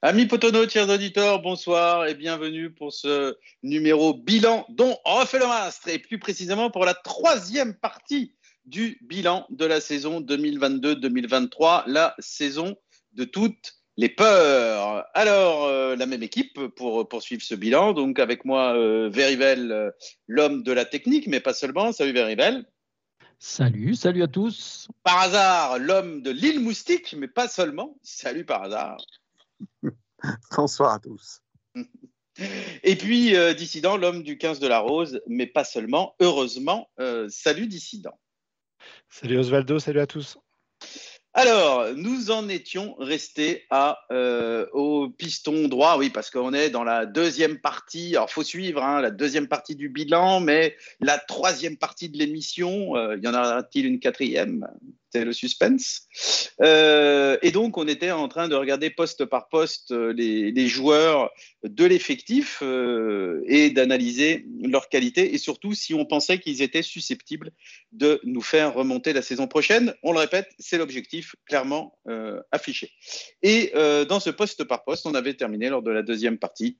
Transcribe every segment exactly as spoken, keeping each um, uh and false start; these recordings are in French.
Amis Potono, chers auditeurs, bonsoir et bienvenue pour ce numéro bilan dont on refait le mastre et plus précisément pour la troisième partie du bilan de la saison deux mille vingt-deux deux mille vingt-trois, la saison de toutes les peurs. Alors, euh, la même équipe pour poursuivre ce bilan, donc avec moi euh, Verivel, euh, l'homme de la technique, mais pas seulement. Salut Verivel. Salut, salut à tous. Par hasard, l'homme de l'île Moustique, mais pas seulement. Salut par hasard. Bonsoir à tous. Et puis, euh, Dissident, l'homme du quinze de la Rose, mais pas seulement, heureusement. Euh, salut, Dissident. Salut Osvaldo, salut à tous. Alors, nous en étions restés à, euh, au piston droit, oui, parce qu'on est dans la deuxième partie. Alors, il faut suivre hein, la deuxième partie du bilan, mais la troisième partie de l'émission, euh, y en aura-t-il une quatrième? C'est le suspense. Euh, et donc, on était en train de regarder poste par poste les, les joueurs de l'effectif euh, et d'analyser leur qualité et surtout si on pensait qu'ils étaient susceptibles de nous faire remonter la saison prochaine. On le répète, c'est l'objectif clairement euh, affiché. Et euh, dans ce poste par poste, on avait terminé lors de la deuxième partie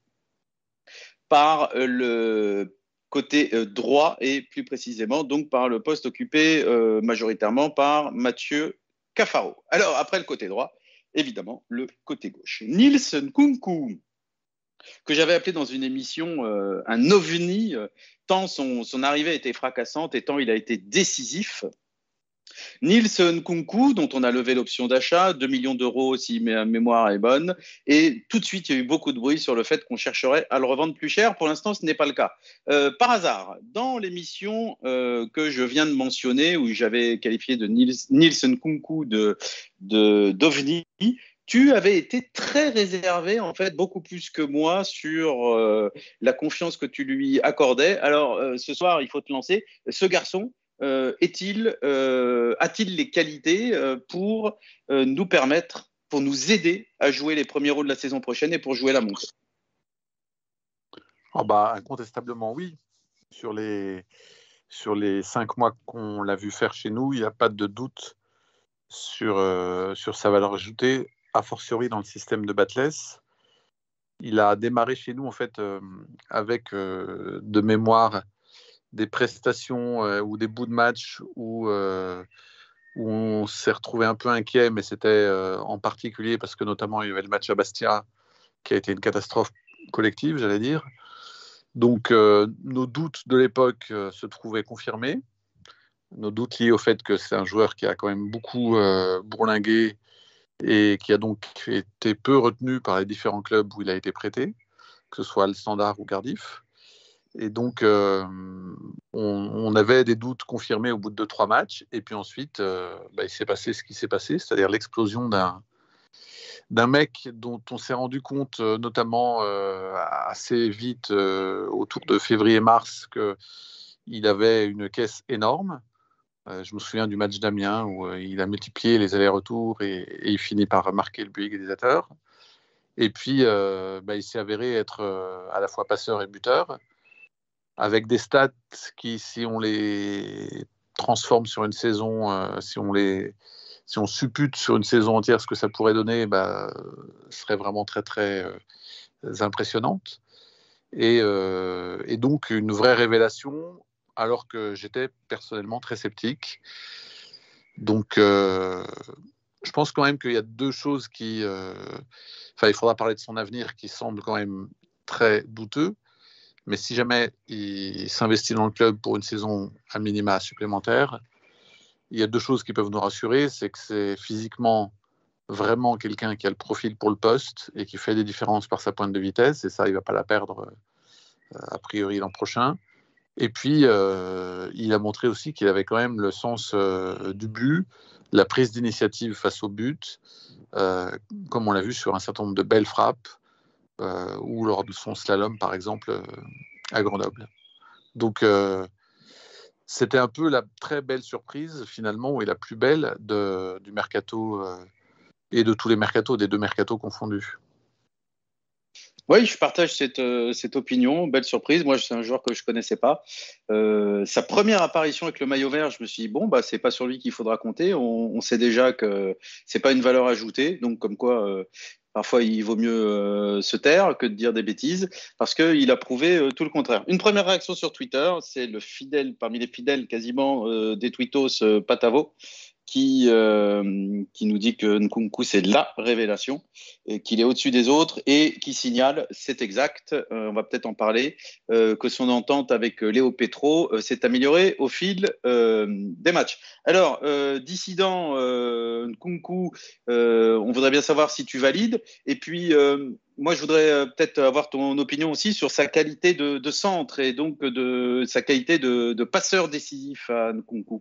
par le côté euh, droit et plus précisément donc par le poste occupé euh, majoritairement par Mathieu Cafaro. Alors après le côté droit, évidemment le côté gauche. Nils Nkunku, que j'avais appelé dans une émission euh, un ovni, euh, tant son, son arrivée était fracassante et tant il a été décisif. Nils Nkunku, dont on a levé l'option d'achat, deux millions d'euros si ma mémoire est bonne, et tout de suite il y a eu beaucoup de bruit sur le fait qu'on chercherait à le revendre plus cher. Pour l'instant, ce n'est pas le cas. Euh, par hasard, dans l'émission euh, que je viens de mentionner, où j'avais qualifié de Nils, Nils Nkunku de, de, d'ovni, tu avais été très réservé, en fait, beaucoup plus que moi, sur euh, la confiance que tu lui accordais. Alors, euh, ce soir, il faut te lancer. Ce garçon, Euh, est-il, euh, a-t-il les qualités euh, pour euh, nous permettre, pour nous aider à jouer les premiers rôles de la saison prochaine et pour jouer la montée? Oh bah, incontestablement, oui. Sur les, sur les cinq mois qu'on l'a vu faire chez nous, il n'y a pas de doute sur, euh, sur sa valeur ajoutée, a fortiori dans le système de Batless. Il a démarré chez nous, en fait, euh, avec euh, de mémoire des prestations euh, ou des bouts de match où, euh, où on s'est retrouvé un peu inquiet, mais c'était euh, en particulier parce que notamment il y avait le match à Bastia qui a été une catastrophe collective, j'allais dire. Donc euh, nos doutes de l'époque euh, se trouvaient confirmés, nos doutes liés au fait que c'est un joueur qui a quand même beaucoup euh, bourlingué et qui a donc été peu retenu par les différents clubs où il a été prêté, que ce soit le Standard ou Cardiff. Et donc, euh, on, on avait des doutes confirmés au bout de deux, trois matchs. Et puis ensuite, euh, bah, il s'est passé ce qui s'est passé, c'est-à-dire l'explosion d'un, d'un mec dont on s'est rendu compte, euh, notamment euh, assez vite, euh, autour de février-mars, qu'il avait une caisse énorme. Euh, je me souviens du match d'Amiens où euh, il a multiplié les allers-retours et, et il finit par marquer le but égalisateur. Et puis, euh, bah, il s'est avéré être euh, à la fois passeur et buteur, avec des stats qui, si on les transforme sur une saison, euh, si, on les, si on suppute sur une saison entière ce que ça pourrait donner, bah, serait vraiment très, très euh, impressionnante. Et, euh, et donc, une vraie révélation, alors que j'étais personnellement très sceptique. Donc, euh, je pense quand même qu'il y a deux choses qui... Euh, enfin, il faudra parler de son avenir qui semble quand même très douteux. Mais si jamais il s'investit dans le club pour une saison à minima supplémentaire, il y a deux choses qui peuvent nous rassurer. C'est que c'est physiquement vraiment quelqu'un qui a le profil pour le poste et qui fait des différences par sa pointe de vitesse. Et ça, il ne va pas la perdre euh, a priori l'an prochain. Et puis, euh, il a montré aussi qu'il avait quand même le sens euh, du but, la prise d'initiative face au but, euh, comme on l'a vu sur un certain nombre de belles frappes, euh, ou lors de son slalom, par exemple, euh, à Grenoble. Donc, euh, c'était un peu la très belle surprise, finalement, et la plus belle de, du mercato euh, et de tous les mercatos, des deux mercatos confondus. Oui, je partage cette, euh, cette opinion. Belle surprise. Moi, c'est un joueur que je ne connaissais pas. Euh, sa première apparition avec le maillot vert, je me suis dit, bon, bah, ce n'est pas sur lui qu'il faudra compter. On, on sait déjà que ce n'est pas une valeur ajoutée. Donc, comme quoi, euh, parfois il vaut mieux euh, se taire que de dire des bêtises, parce qu'il a prouvé euh, tout le contraire. Une première réaction sur Twitter, c'est le fidèle, parmi les fidèles quasiment euh, des tweetos, euh, Patavo, qui, euh, qui nous dit que Nkunku, c'est la révélation, et qu'il est au-dessus des autres, et qui signale, c'est exact, euh, on va peut-être en parler, euh, que son entente avec euh, Léo Petro euh, s'est améliorée au fil euh, des matchs. Alors, euh, dissident euh, Nkunku, euh, on voudrait bien savoir si tu valides, et puis euh, moi je voudrais euh, peut-être avoir ton opinion aussi sur sa qualité de, de centre, et donc de sa qualité de, de passeur décisif à Nkunku.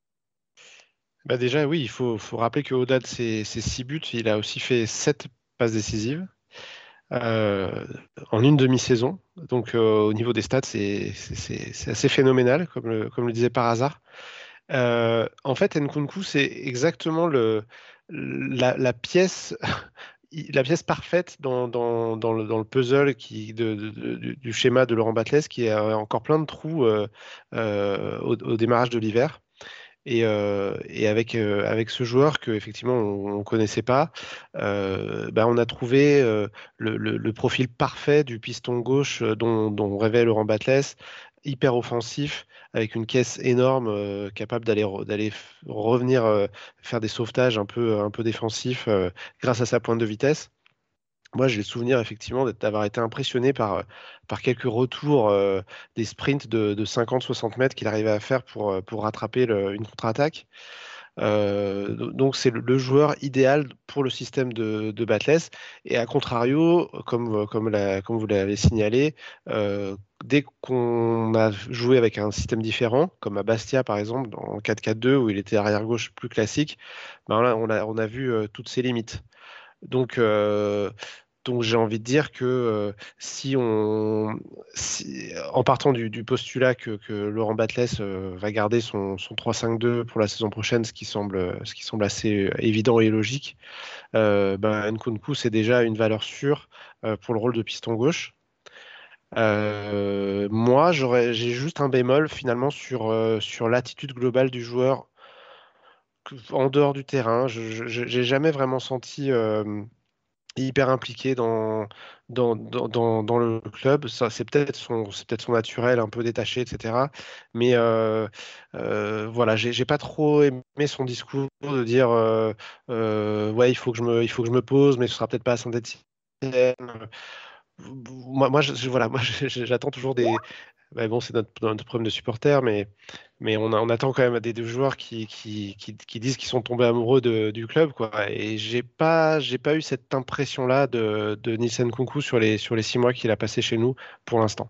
Bah déjà, oui, il faut, faut rappeler qu'au-delà de ses, ses six buts, il a aussi fait sept passes décisives euh, en une demi-saison. Donc, euh, au niveau des stats, c'est c'est- c'est- c'est assez phénoménal, comme le, comme le disait par hasard. Euh, en fait, Nkunku, c'est exactement le, la, la pièce, la pièce parfaite dans, dans, dans le, dans le puzzle qui, de, de- de- du du schéma de Laurent Batles, qui a encore plein de trous euh, euh, au, au démarrage de l'hiver. Et, euh, et avec, euh, avec ce joueur que effectivement on ne connaissait pas, euh, bah, on a trouvé euh, le, le- le profil parfait du piston gauche euh, dont, dont rêvait Laurent Batles, hyper offensif, avec une caisse énorme, euh, capable d'aller re- d'aller f- revenir euh, faire des sauvetages un peu, un peu défensifs euh, grâce à sa pointe de vitesse. Moi, j'ai le souvenir effectivement d'être- d'avoir été impressionné par, euh, par quelques retours, euh, des sprints de, de cinquante soixante mètres qu'il arrivait à faire pour, euh, pour rattraper le- une contre-attaque. Euh, do- donc, c'est le, le joueur idéal pour le système de, de Batles. Et à contrario, comme, euh, comme, la- comme vous l'avez signalé, euh, dès qu'on a joué avec un système différent, comme à Bastia par exemple, en quatre quatre deux, où il était arrière-gauche plus classique, ben là, on a, on a vu euh, toutes ses limites. Donc, euh, donc j'ai envie de dire que euh, si on, si- en partant du, du postulat que, que Laurent Batles euh, va garder son, son trois cinq deux pour la saison prochaine, ce qui semble, ce qui semble assez évident et logique, euh, ben, Nkunku, c'est déjà une valeur sûre euh, pour le rôle de piston gauche. Euh, moi, j'aurais, j'ai juste un bémol finalement sur, euh, sur l'attitude globale du joueur que- en dehors du terrain. Je n'ai jamais vraiment senti euh, hyper impliqué dans, dans, dans, dans, dans le club. Ça, c'est peut-être son, c'est peut-être son naturel, un peu détaché, et cetera. Mais euh, euh, voilà, j'ai, j'ai pas trop aimé son discours de dire euh, euh, ouais, il faut que je me, il faut que je me pose, mais ce sera peut-être pas à Saint-Étienne. Moi, moi, je, je- voilà, moi, je- je- j'attends toujours des. Bah bon, c'est notre, notre problème de supporter, mais, mais on, a- on attend quand même des deux joueurs qui, qui, qui, qui disent qu'ils sont tombés amoureux de- du club, quoi. Et j'ai pas, j'ai pas eu cette impression-là de, de Nielsen Nkunku sur les, sur les six mois qu'il a passé chez nous pour l'instant.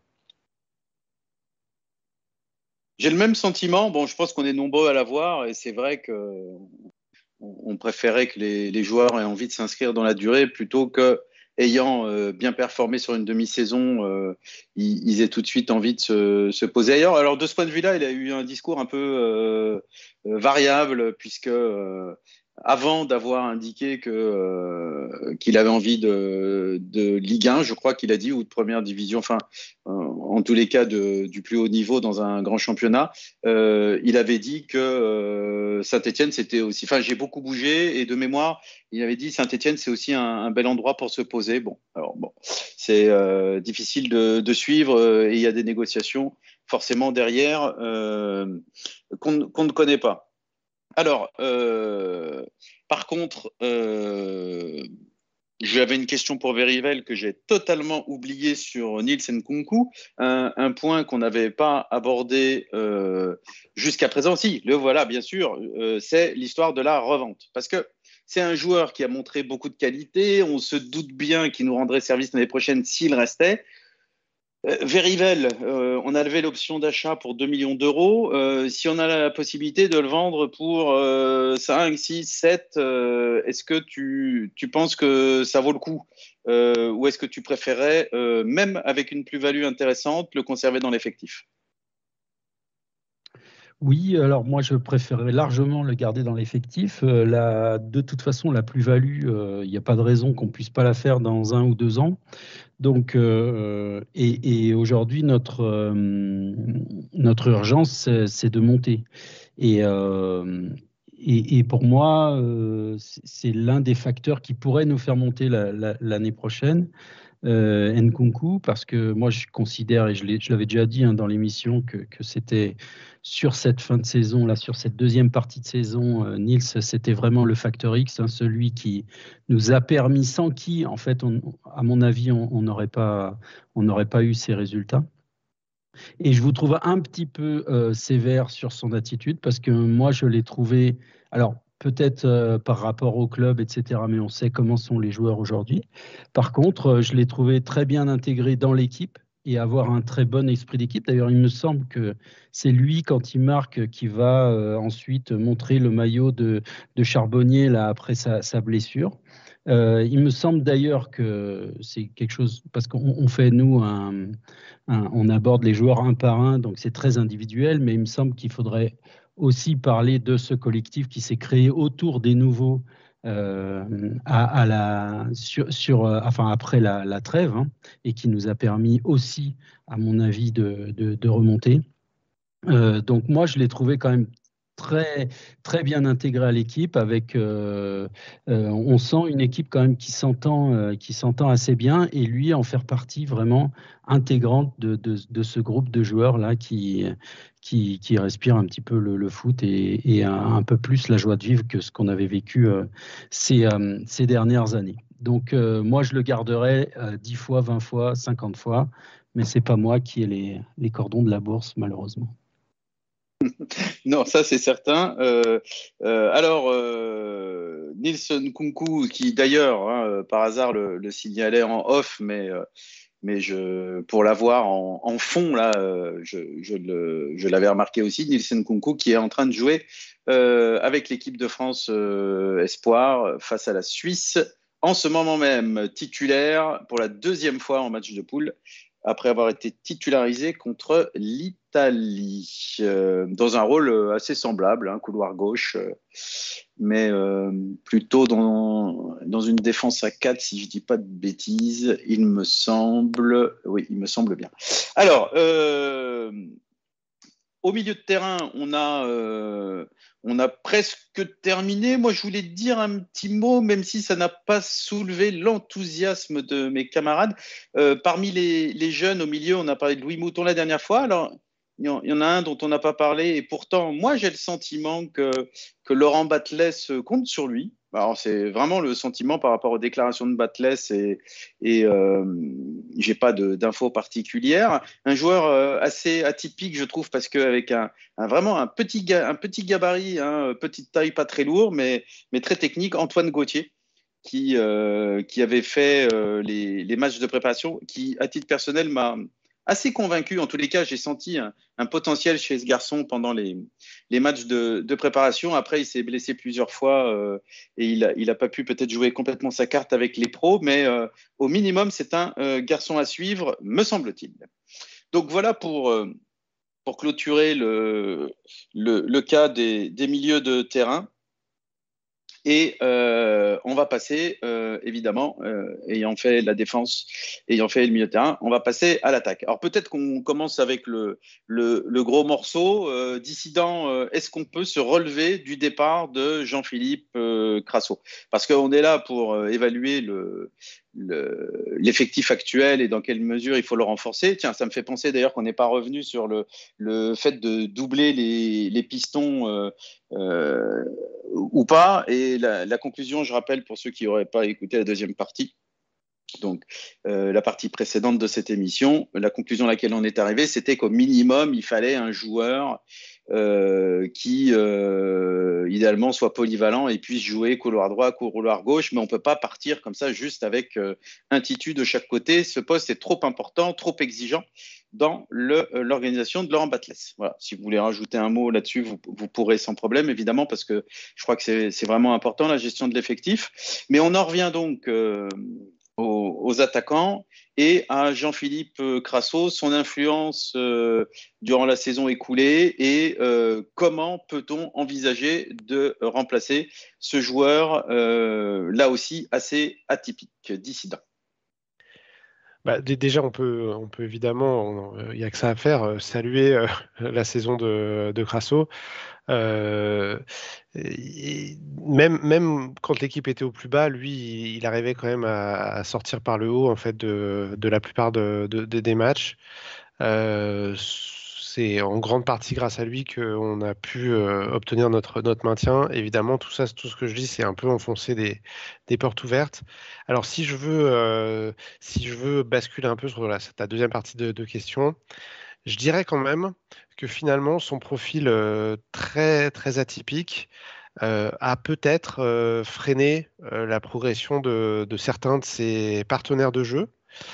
J'ai le même sentiment. Bon, je pense qu'on est nombreux à l'avoir, et c'est vrai que on on préférait que les, les joueurs aient envie de s'inscrire dans la durée plutôt que, ayant euh, bien performé sur une demi-saison, euh, ils, ils aient tout de suite envie de se, se poser ailleurs. Alors, de ce point de vue-là, il a eu un discours un peu euh, euh, variable, puisque euh, avant d'avoir indiqué que, euh, qu'il avait envie de, de Ligue un, je crois qu'il a dit, ou de première division, enfin, euh, en tous les cas de, du plus haut niveau dans un grand championnat, euh, il avait dit que euh, Saint-Étienne, c'était aussi. Enfin, j'ai beaucoup bougé, et de mémoire, il avait dit Saint-Étienne, c'est aussi un, un bel endroit pour se poser. Bon, alors bon, c'est euh, difficile de, de suivre, euh, et il y a des négociations forcément derrière euh, qu'on qu'on ne connaît pas. Alors, euh, par contre, euh, j'avais une question pour Verivel que j'ai totalement oublié sur Nielsen Nkunku, un, un point qu'on n'avait pas abordé euh, jusqu'à présent. Si, le voilà, bien sûr, euh, c'est l'histoire de la revente. Parce que c'est un joueur qui a montré beaucoup de qualité, on se doute bien qu'il nous rendrait service l'année prochaine s'il restait. Euh, Verivel, euh, on a levé l'option d'achat pour deux millions d'euros. Euh, si on a la possibilité de le vendre pour euh, cinq, six, sept, euh, est-ce que tu, tu penses que ça vaut le coup? Euh, ou est-ce que tu préférais, euh, même avec une plus-value intéressante, le conserver dans l'effectif? Oui, alors moi je préférerais largement le garder dans l'effectif. Euh, la- de toute façon, la plus-value, euh, il n'y a pas de raison qu'on puisse pas la faire dans un ou deux ans. Donc, euh, et, et aujourd'hui, notre, euh, notre urgence, c'est c'est de monter. Et, euh, et, et pour moi, euh, c'est l'un des facteurs qui pourrait nous faire monter la, la, l'année prochaine. Euh, Nkunku, parce que moi je considère, et je l'avais déjà dit hein, dans l'émission, que, que c'était sur cette fin de saison, là, sur cette deuxième partie de saison, euh, Niels, c'était vraiment le facteur X, hein, celui qui nous a permis, sans qui, en fait, on, à mon avis, on n'aurait pas, on n'aurait pas eu ces résultats. Et je vous trouve un petit peu euh, sévère sur son attitude, parce que moi je l'ai trouvé, alors peut-être euh, par rapport au club, et cetera, mais on sait comment sont les joueurs aujourd'hui. Par contre, euh, je l'ai trouvé très bien intégré dans l'équipe et avoir un très bon esprit d'équipe. D'ailleurs, il me semble que c'est lui, quand il marque, qui va euh, ensuite montrer le maillot de, de Charbonnier là, après sa, sa blessure. Euh, il me semble d'ailleurs que c'est quelque chose, parce qu'on on fait, nous, un, un- on aborde les joueurs un par un, donc c'est très individuel, mais il me semble qu'il faudrait aussi parler de ce collectif qui s'est créé autour des nouveaux euh, à, à la, sur, sur, euh, enfin, après la, la trêve, hein, et qui nous a permis aussi, à mon avis, de, de, de remonter. Euh, donc moi, je l'ai trouvé quand même très, très bien intégré à l'équipe. Avec, euh, euh, on sent une équipe quand même qui s'entend, euh, qui s'entend assez bien, et lui en faire partie vraiment intégrante de, de, de ce groupe de joueurs là qui, qui, qui respire un petit peu le, le foot et, et un, un peu plus la joie de vivre que ce qu'on avait vécu euh, ces, euh, ces dernières années. Donc euh, moi, je le garderai euh, dix fois, vingt fois, cinquante fois, mais c'est pas moi qui ai les, les cordons de la bourse, malheureusement. Non, ça c'est certain. Euh, euh, alors, euh, Nilsson Kunku, qui d'ailleurs, hein, euh, par hasard, le, le signalait en off, mais, euh, mais je, pour l'avoir en, en fond, là, euh, je, je, le, je l'avais remarqué aussi, Nilsson Kunku, qui est en train de jouer euh, avec l'équipe de France euh, Espoir face à la Suisse, en ce moment même titulaire pour la deuxième fois en match de poule, après avoir été titularisé contre l'Italie, euh, dans un rôle assez semblable, hein, couloir gauche, euh, mais euh, plutôt dans, dans une défense à quatre, si je ne dis pas de bêtises, il me semble. Oui, il me semble bien. Alors, euh, au milieu de terrain, on a, euh, on a presque terminé. Moi, je voulais te dire un petit mot, même si ça n'a pas soulevé l'enthousiasme de mes camarades. Euh, parmi les, les jeunes au milieu, on a parlé de Louis Mouton la dernière fois. Alors, il y en, il y en a un dont on n'a pas parlé, et pourtant, moi, j'ai le sentiment que, que Laurent Batles compte sur lui. Alors, c'est vraiment le sentiment par rapport aux déclarations de Batles, et, et euh, j'ai pas de- d'infos particulières. Un joueur euh, assez atypique, je trouve, parce qu'avec un, un, vraiment un petit, ga- un petit gabarit, hein, petite taille, pas très lourd, mais, mais très technique, Antoine Gauthier, qui, euh, qui avait fait euh, les, les matchs de préparation, qui, à titre personnel, m'a assez convaincu. En tous les cas, j'ai senti un, un potentiel chez ce garçon pendant les, les matchs de, de préparation. Après, il s'est blessé plusieurs fois euh, et il n'a il a pas pu peut-être jouer complètement sa carte avec les pros, mais euh, au minimum, c'est un euh, garçon à suivre, me semble-t-il. Donc voilà pour, euh, pour clôturer le, le, le cas des, des milieux de terrain. Et euh, on va passer, euh, évidemment, euh, ayant fait la défense, ayant fait le milieu de terrain, on va passer à l'attaque. Alors peut-être qu'on commence avec le, le, le gros morceau. Euh, dissident, euh, est-ce qu'on peut se relever du départ de Jean-Philippe euh, Crasso? Parce qu'on est là pour euh, évaluer le, le, l'effectif actuel et dans quelle mesure il faut le renforcer. Tiens, ça me fait penser d'ailleurs qu'on n'est pas revenu sur le, le fait de doubler les, les pistons euh, euh, ou pas. Et la, la conclusion, je rappelle pour ceux qui n'auraient pas écouté la deuxième partie, donc euh, la partie précédente de cette émission, la conclusion à laquelle on est arrivé, c'était qu'au minimum, il fallait un joueur euh, qui, euh, idéalement, soit polyvalent et puisse jouer couloir droit, couloir gauche, mais on ne peut pas partir comme ça juste avec euh, un titu de chaque côté. Ce poste est trop important, trop exigeant dans le, euh, l'organisation de Laurent Batles. Voilà. Si vous voulez rajouter un mot là-dessus, vous, vous pourrez sans problème, évidemment, parce que je crois que c'est, c'est vraiment important, la gestion de l'effectif. Mais on en revient donc euh, aux, aux attaquants et à Jean-Philippe Crasso, son influence euh, durant la saison écoulée et euh, comment peut-on envisager de remplacer ce joueur, euh, là aussi assez atypique, dissident. Bah, dé- déjà, on peut, on peut évidemment, il n'y a que ça à faire, euh, saluer euh, la saison de, de Crasso. Euh, et même, même quand l'équipe était au plus bas, lui, il, il arrivait quand même à, à sortir par le haut en fait de, de la plupart de, de- de- des matchs. Euh, c'est en grande partie grâce à lui qu'on a pu euh, obtenir notre, notre maintien. Évidemment, tout ça, tout ce que je dis, c'est un peu enfoncer des, des portes ouvertes. Alors, si je veux, euh, si je veux basculer un peu sur la, ta deuxième partie de, de question, je dirais quand même que finalement, son profil euh, très, très atypique euh, a peut-être euh, freiné euh, la progression de, de certains de ses partenaires de jeu.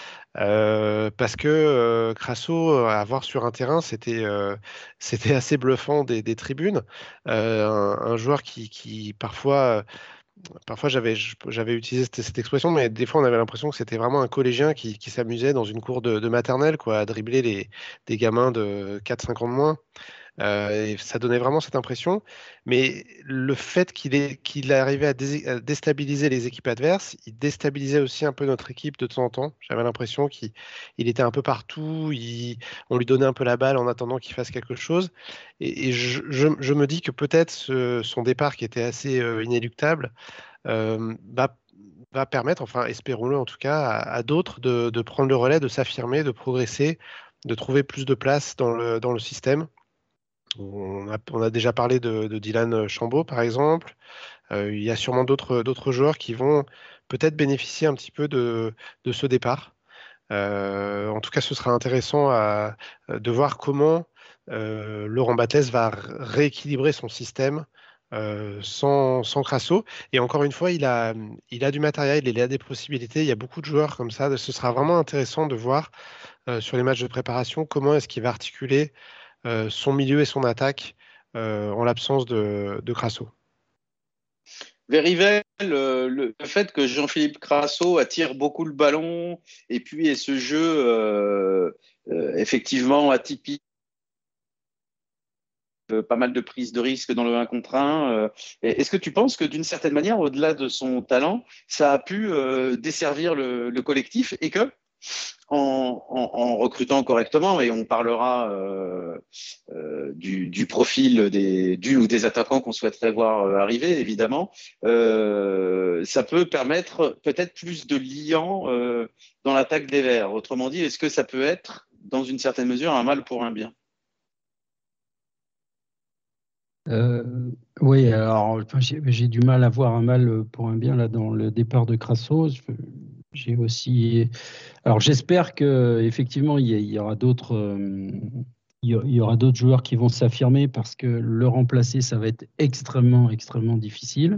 Euh, parce que euh, Crasso, euh, à voir sur un terrain, c'était euh, c'était assez bluffant des, des tribunes. Euh, un, un joueur qui, qui parfois, parfois j'avais j'avais utilisé cette, cette expression, mais des fois on avait l'impression que c'était vraiment un collégien qui, qui s'amusait dans une cour de, de maternelle, quoi, à dribbler les, des gamins de quatre cinq ans de moins. Euh, et ça donnait vraiment cette impression. Mais le fait qu'il ait- qu'il arrivait à, dés- à déstabiliser les équipes adverses, il déstabilisait aussi un peu notre équipe de temps en temps. J'avais l'impression qu'il il était un peu partout. il- on lui donnait un peu la balle en attendant qu'il fasse quelque chose. Et, et je, je- je me dis que peut-être ce- son départ, qui était assez euh, inéluctable, euh, va, va permettre, enfin espérons-le en tout cas, à, à d'autres de, de prendre le relais, de s'affirmer, de progresser, de trouver plus de place dans le, dans le système. On a, on a déjà parlé de, de Dylan Chambaud, par exemple. Euh, il y a sûrement d'autres d'autres joueurs qui vont peut-être bénéficier un petit peu de, de ce départ. Euh, en tout cas, ce sera intéressant à- de voir comment euh, Laurent Batles va r- rééquilibrer son système euh, sans, sans Crasso. Et encore une fois, il a, il a du matériel, il a des possibilités. Il y a beaucoup de joueurs comme ça. Ce sera vraiment intéressant de voir euh, sur les matchs de préparation comment est-ce qu'il va articuler euh, son milieu et son attaque euh, en l'absence de, de Crasso. Verivel, le, le- le fait que Jean-Philippe Crasso attire beaucoup le ballon et puis et ce jeu euh, euh, effectivement atypique, euh, pas mal de prises de risques dans le un contre un. euh, Est-ce que tu penses que d'une certaine manière, au-delà de son talent, ça a pu euh, desservir le, le collectif et que en, en- en recrutant correctement, et on parlera euh, euh, du, du profil des, du ou des attaquants qu'on souhaiterait voir euh, arriver, évidemment, euh, ça peut permettre peut-être plus de liant euh, dans l'attaque des Verts. Autrement dit, est-ce que ça peut être, dans une certaine mesure, un mal pour un bien? Euh, oui, alors enfin, j'ai j'ai du mal à voir un mal pour un bien là dans le départ de Crasso. Je- J'ai aussi, alors j'espère que effectivement il y, a- il y aura d'autres, euh, il y a- il y aura d'autres joueurs qui vont s'affirmer parce que le remplacer ça va être extrêmement extrêmement difficile.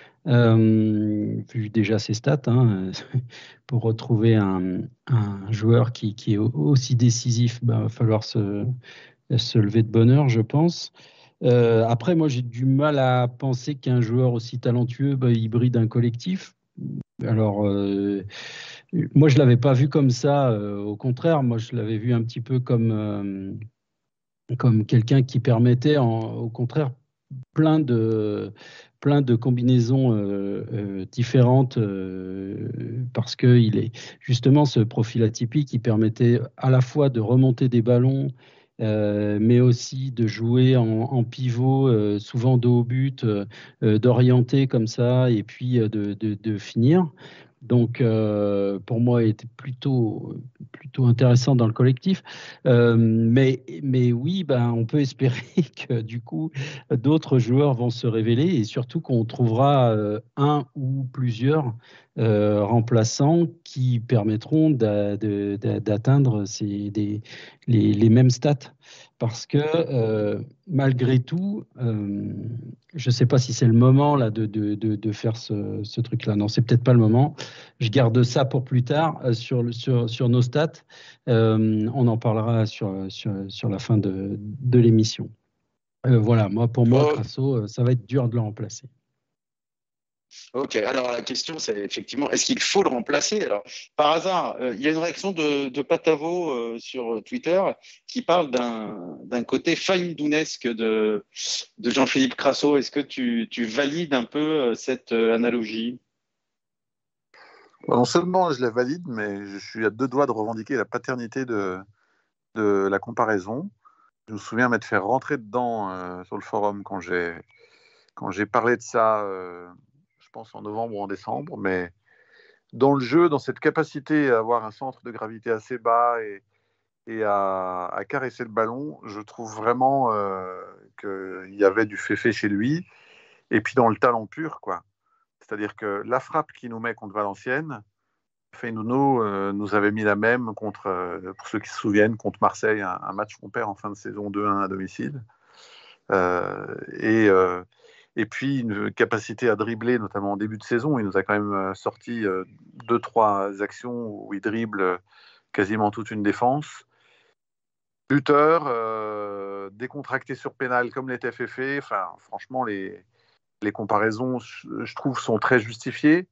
Euh, vu déjà ses stats, hein, pour retrouver un, un joueur qui, qui est au- aussi décisif, bah, il va falloir se, se lever de bonne heure, je pense. Euh, après, moi, j'ai du mal à penser qu'un joueur aussi talentueux, bah, il brille d'un collectif. Alors, euh, moi, je l'avais pas vu comme ça. Euh, au contraire, moi, je l'avais vu un petit peu comme, euh, comme quelqu'un qui permettait, en- au contraire, plein de, plein de combinaisons euh, euh, différentes euh, parce qu'il est justement ce profil atypique qui permettait à la fois de remonter des ballons, euh, mais aussi de jouer en, en pivot, euh, souvent dos au but, euh, euh, d'orienter comme ça et puis euh, de, de, de finir. Donc, euh, pour moi, il était plutôt, plutôt intéressant dans le collectif. Euh, mais, mais oui, ben, on peut espérer que du coup, d'autres joueurs vont se révéler et surtout qu'on trouvera euh, un ou plusieurs euh, remplaçants qui permettront d'a- de- d'a- d'atteindre ces- des- les, les mêmes stats. Parce que euh, malgré tout, euh, je ne sais pas si c'est le moment là de, de, de, de faire ce, ce truc-là. Non, c'est peut-être pas le moment. Je garde ça pour plus tard euh, sur, le- sur, sur nos stats. Euh, on en parlera sur, sur, sur la fin de, de l'émission. Euh, voilà, moi, pour moi, Oh, Crasso, euh, ça va être dur de le remplacer. ok, alors la question c'est effectivement, est-ce qu'il faut le remplacer? Alors, par hasard, euh, il y a une réaction de, de Patavo euh, sur Twitter qui parle d'un d'un côté faïdounesque de, de Jean-Philippe Crasso. Est-ce que tu, tu valides un peu euh, cette euh, analogie? Non seulement je la valide, mais je suis à deux doigts de revendiquer la paternité de, de la comparaison. Je me souviens m'être fait rentrer dedans euh, sur le forum quand j'ai, quand j'ai parlé de ça, euh, je pense en novembre ou en décembre, mais dans le jeu, dans cette capacité à avoir un centre de gravité assez bas et, et à, à caresser le ballon, je trouve vraiment euh, qu'il y avait du fait-fait chez lui. Et puis dans le talent pur, quoi. C'est-à-dire que la frappe qu'il nous met contre Valenciennes, Feyenoord euh, nous avait mis la même contre, euh, pour ceux qui se souviennent, contre Marseille, un, un match qu'on perd en fin de saison deux un à domicile. Euh, et, euh, et puis une capacité à dribbler, notamment en début de saison. Il nous a quand même sorti euh, deux, trois actions où il dribble quasiment toute une défense. Buteur, euh, décontracté sur pénal comme l'était Féfé. Enfin, franchement, les, les comparaisons, je, je trouve, sont très justifiées.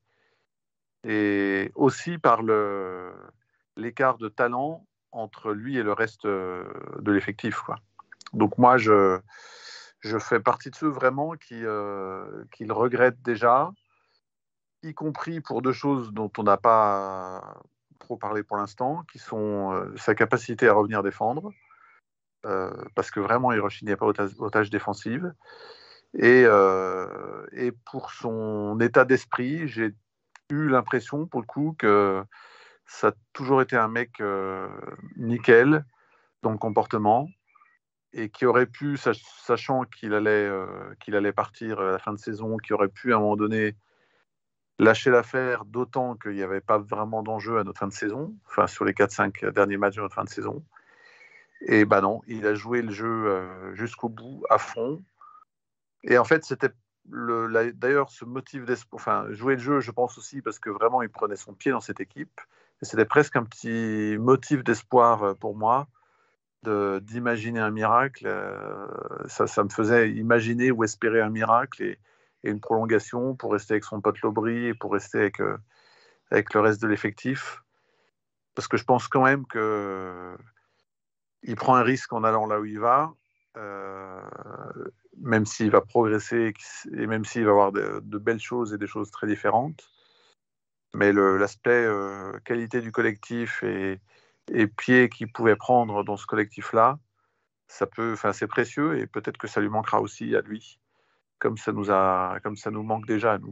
Et aussi par le, l'écart de talent entre lui et le reste de l'effectif, quoi. Donc moi, je, je fais partie de ceux vraiment qui, euh, qui le regrettent déjà, y compris pour deux choses dont on n'a pas trop parlé pour l'instant, qui sont euh, sa capacité à revenir défendre, euh, parce que vraiment, il ne rechignait pas aux, tâches, aux tâches défensives, et, euh, et pour son état d'esprit, j'ai eu l'impression, pour le coup, que ça a toujours été un mec euh, nickel dans le comportement, et qui aurait pu, sachant qu'il allait, euh, qu'il allait partir à la fin de saison, qui aurait pu à un moment donné lâcher l'affaire, d'autant qu'il n'y avait pas vraiment d'enjeu à notre fin de saison, enfin sur les quatre cinq derniers matchs de notre fin de saison. Et ben non, il a joué le jeu euh, jusqu'au bout, à fond. Et en fait, c'était le, la, d'ailleurs ce motif d'espoir, enfin jouer le jeu, je pense aussi parce que vraiment il prenait son pied dans cette équipe. Et c'était presque un petit motif d'espoir pour moi. De, d'imaginer un miracle, euh, ça, ça me faisait imaginer ou espérer un miracle et, et une prolongation pour rester avec son pote Lobry et pour rester avec, euh, avec le reste de l'effectif. Parce que je pense quand même qu'il euh, prend un risque en allant là où il va, euh, même s'il va progresser et même s'il va avoir de, de belles choses et des choses très différentes. Mais le, l'aspect euh, qualité du collectif et, et pied qu'il pouvait prendre dans ce collectif-là, ça peut, enfin, c'est précieux et peut-être que ça lui manquera aussi à lui, comme ça nous a, comme ça nous manque déjà à nous.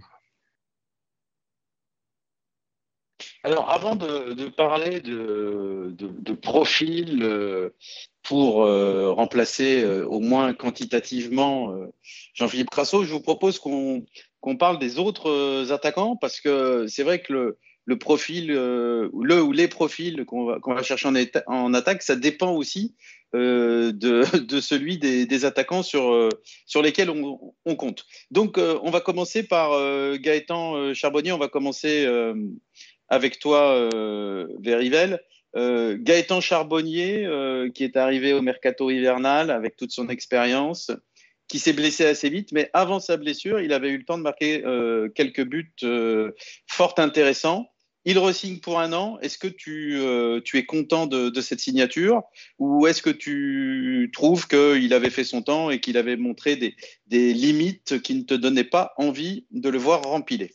Alors, avant de, de parler de, de, de profil euh, pour euh, remplacer euh, au moins quantitativement euh, Jean-Philippe Crasso, je vous propose qu'on qu'on parle des autres euh, attaquants parce que c'est vrai que le, le profil, euh, le ou les profils qu'on va, qu'on va chercher en, éta- en attaque, ça dépend aussi euh, de, de celui des, des attaquants sur, euh, sur lesquels on, on compte. Donc, euh, on va commencer par euh, Gaëtan euh, Charbonnier, on va commencer euh, avec toi, euh, Verivel. Euh, Gaëtan Charbonnier, euh, qui est arrivé au mercato hivernal avec toute son expérience, qui s'est blessé assez vite, mais avant sa blessure, il avait eu le temps de marquer euh, quelques buts euh, fort intéressants. Il re-signe pour un an. Est-ce que tu, euh, tu es content de, de cette signature ou est-ce que tu trouves qu'il avait fait son temps et qu'il avait montré des, des limites qui ne te donnaient pas envie de le voir rempiler?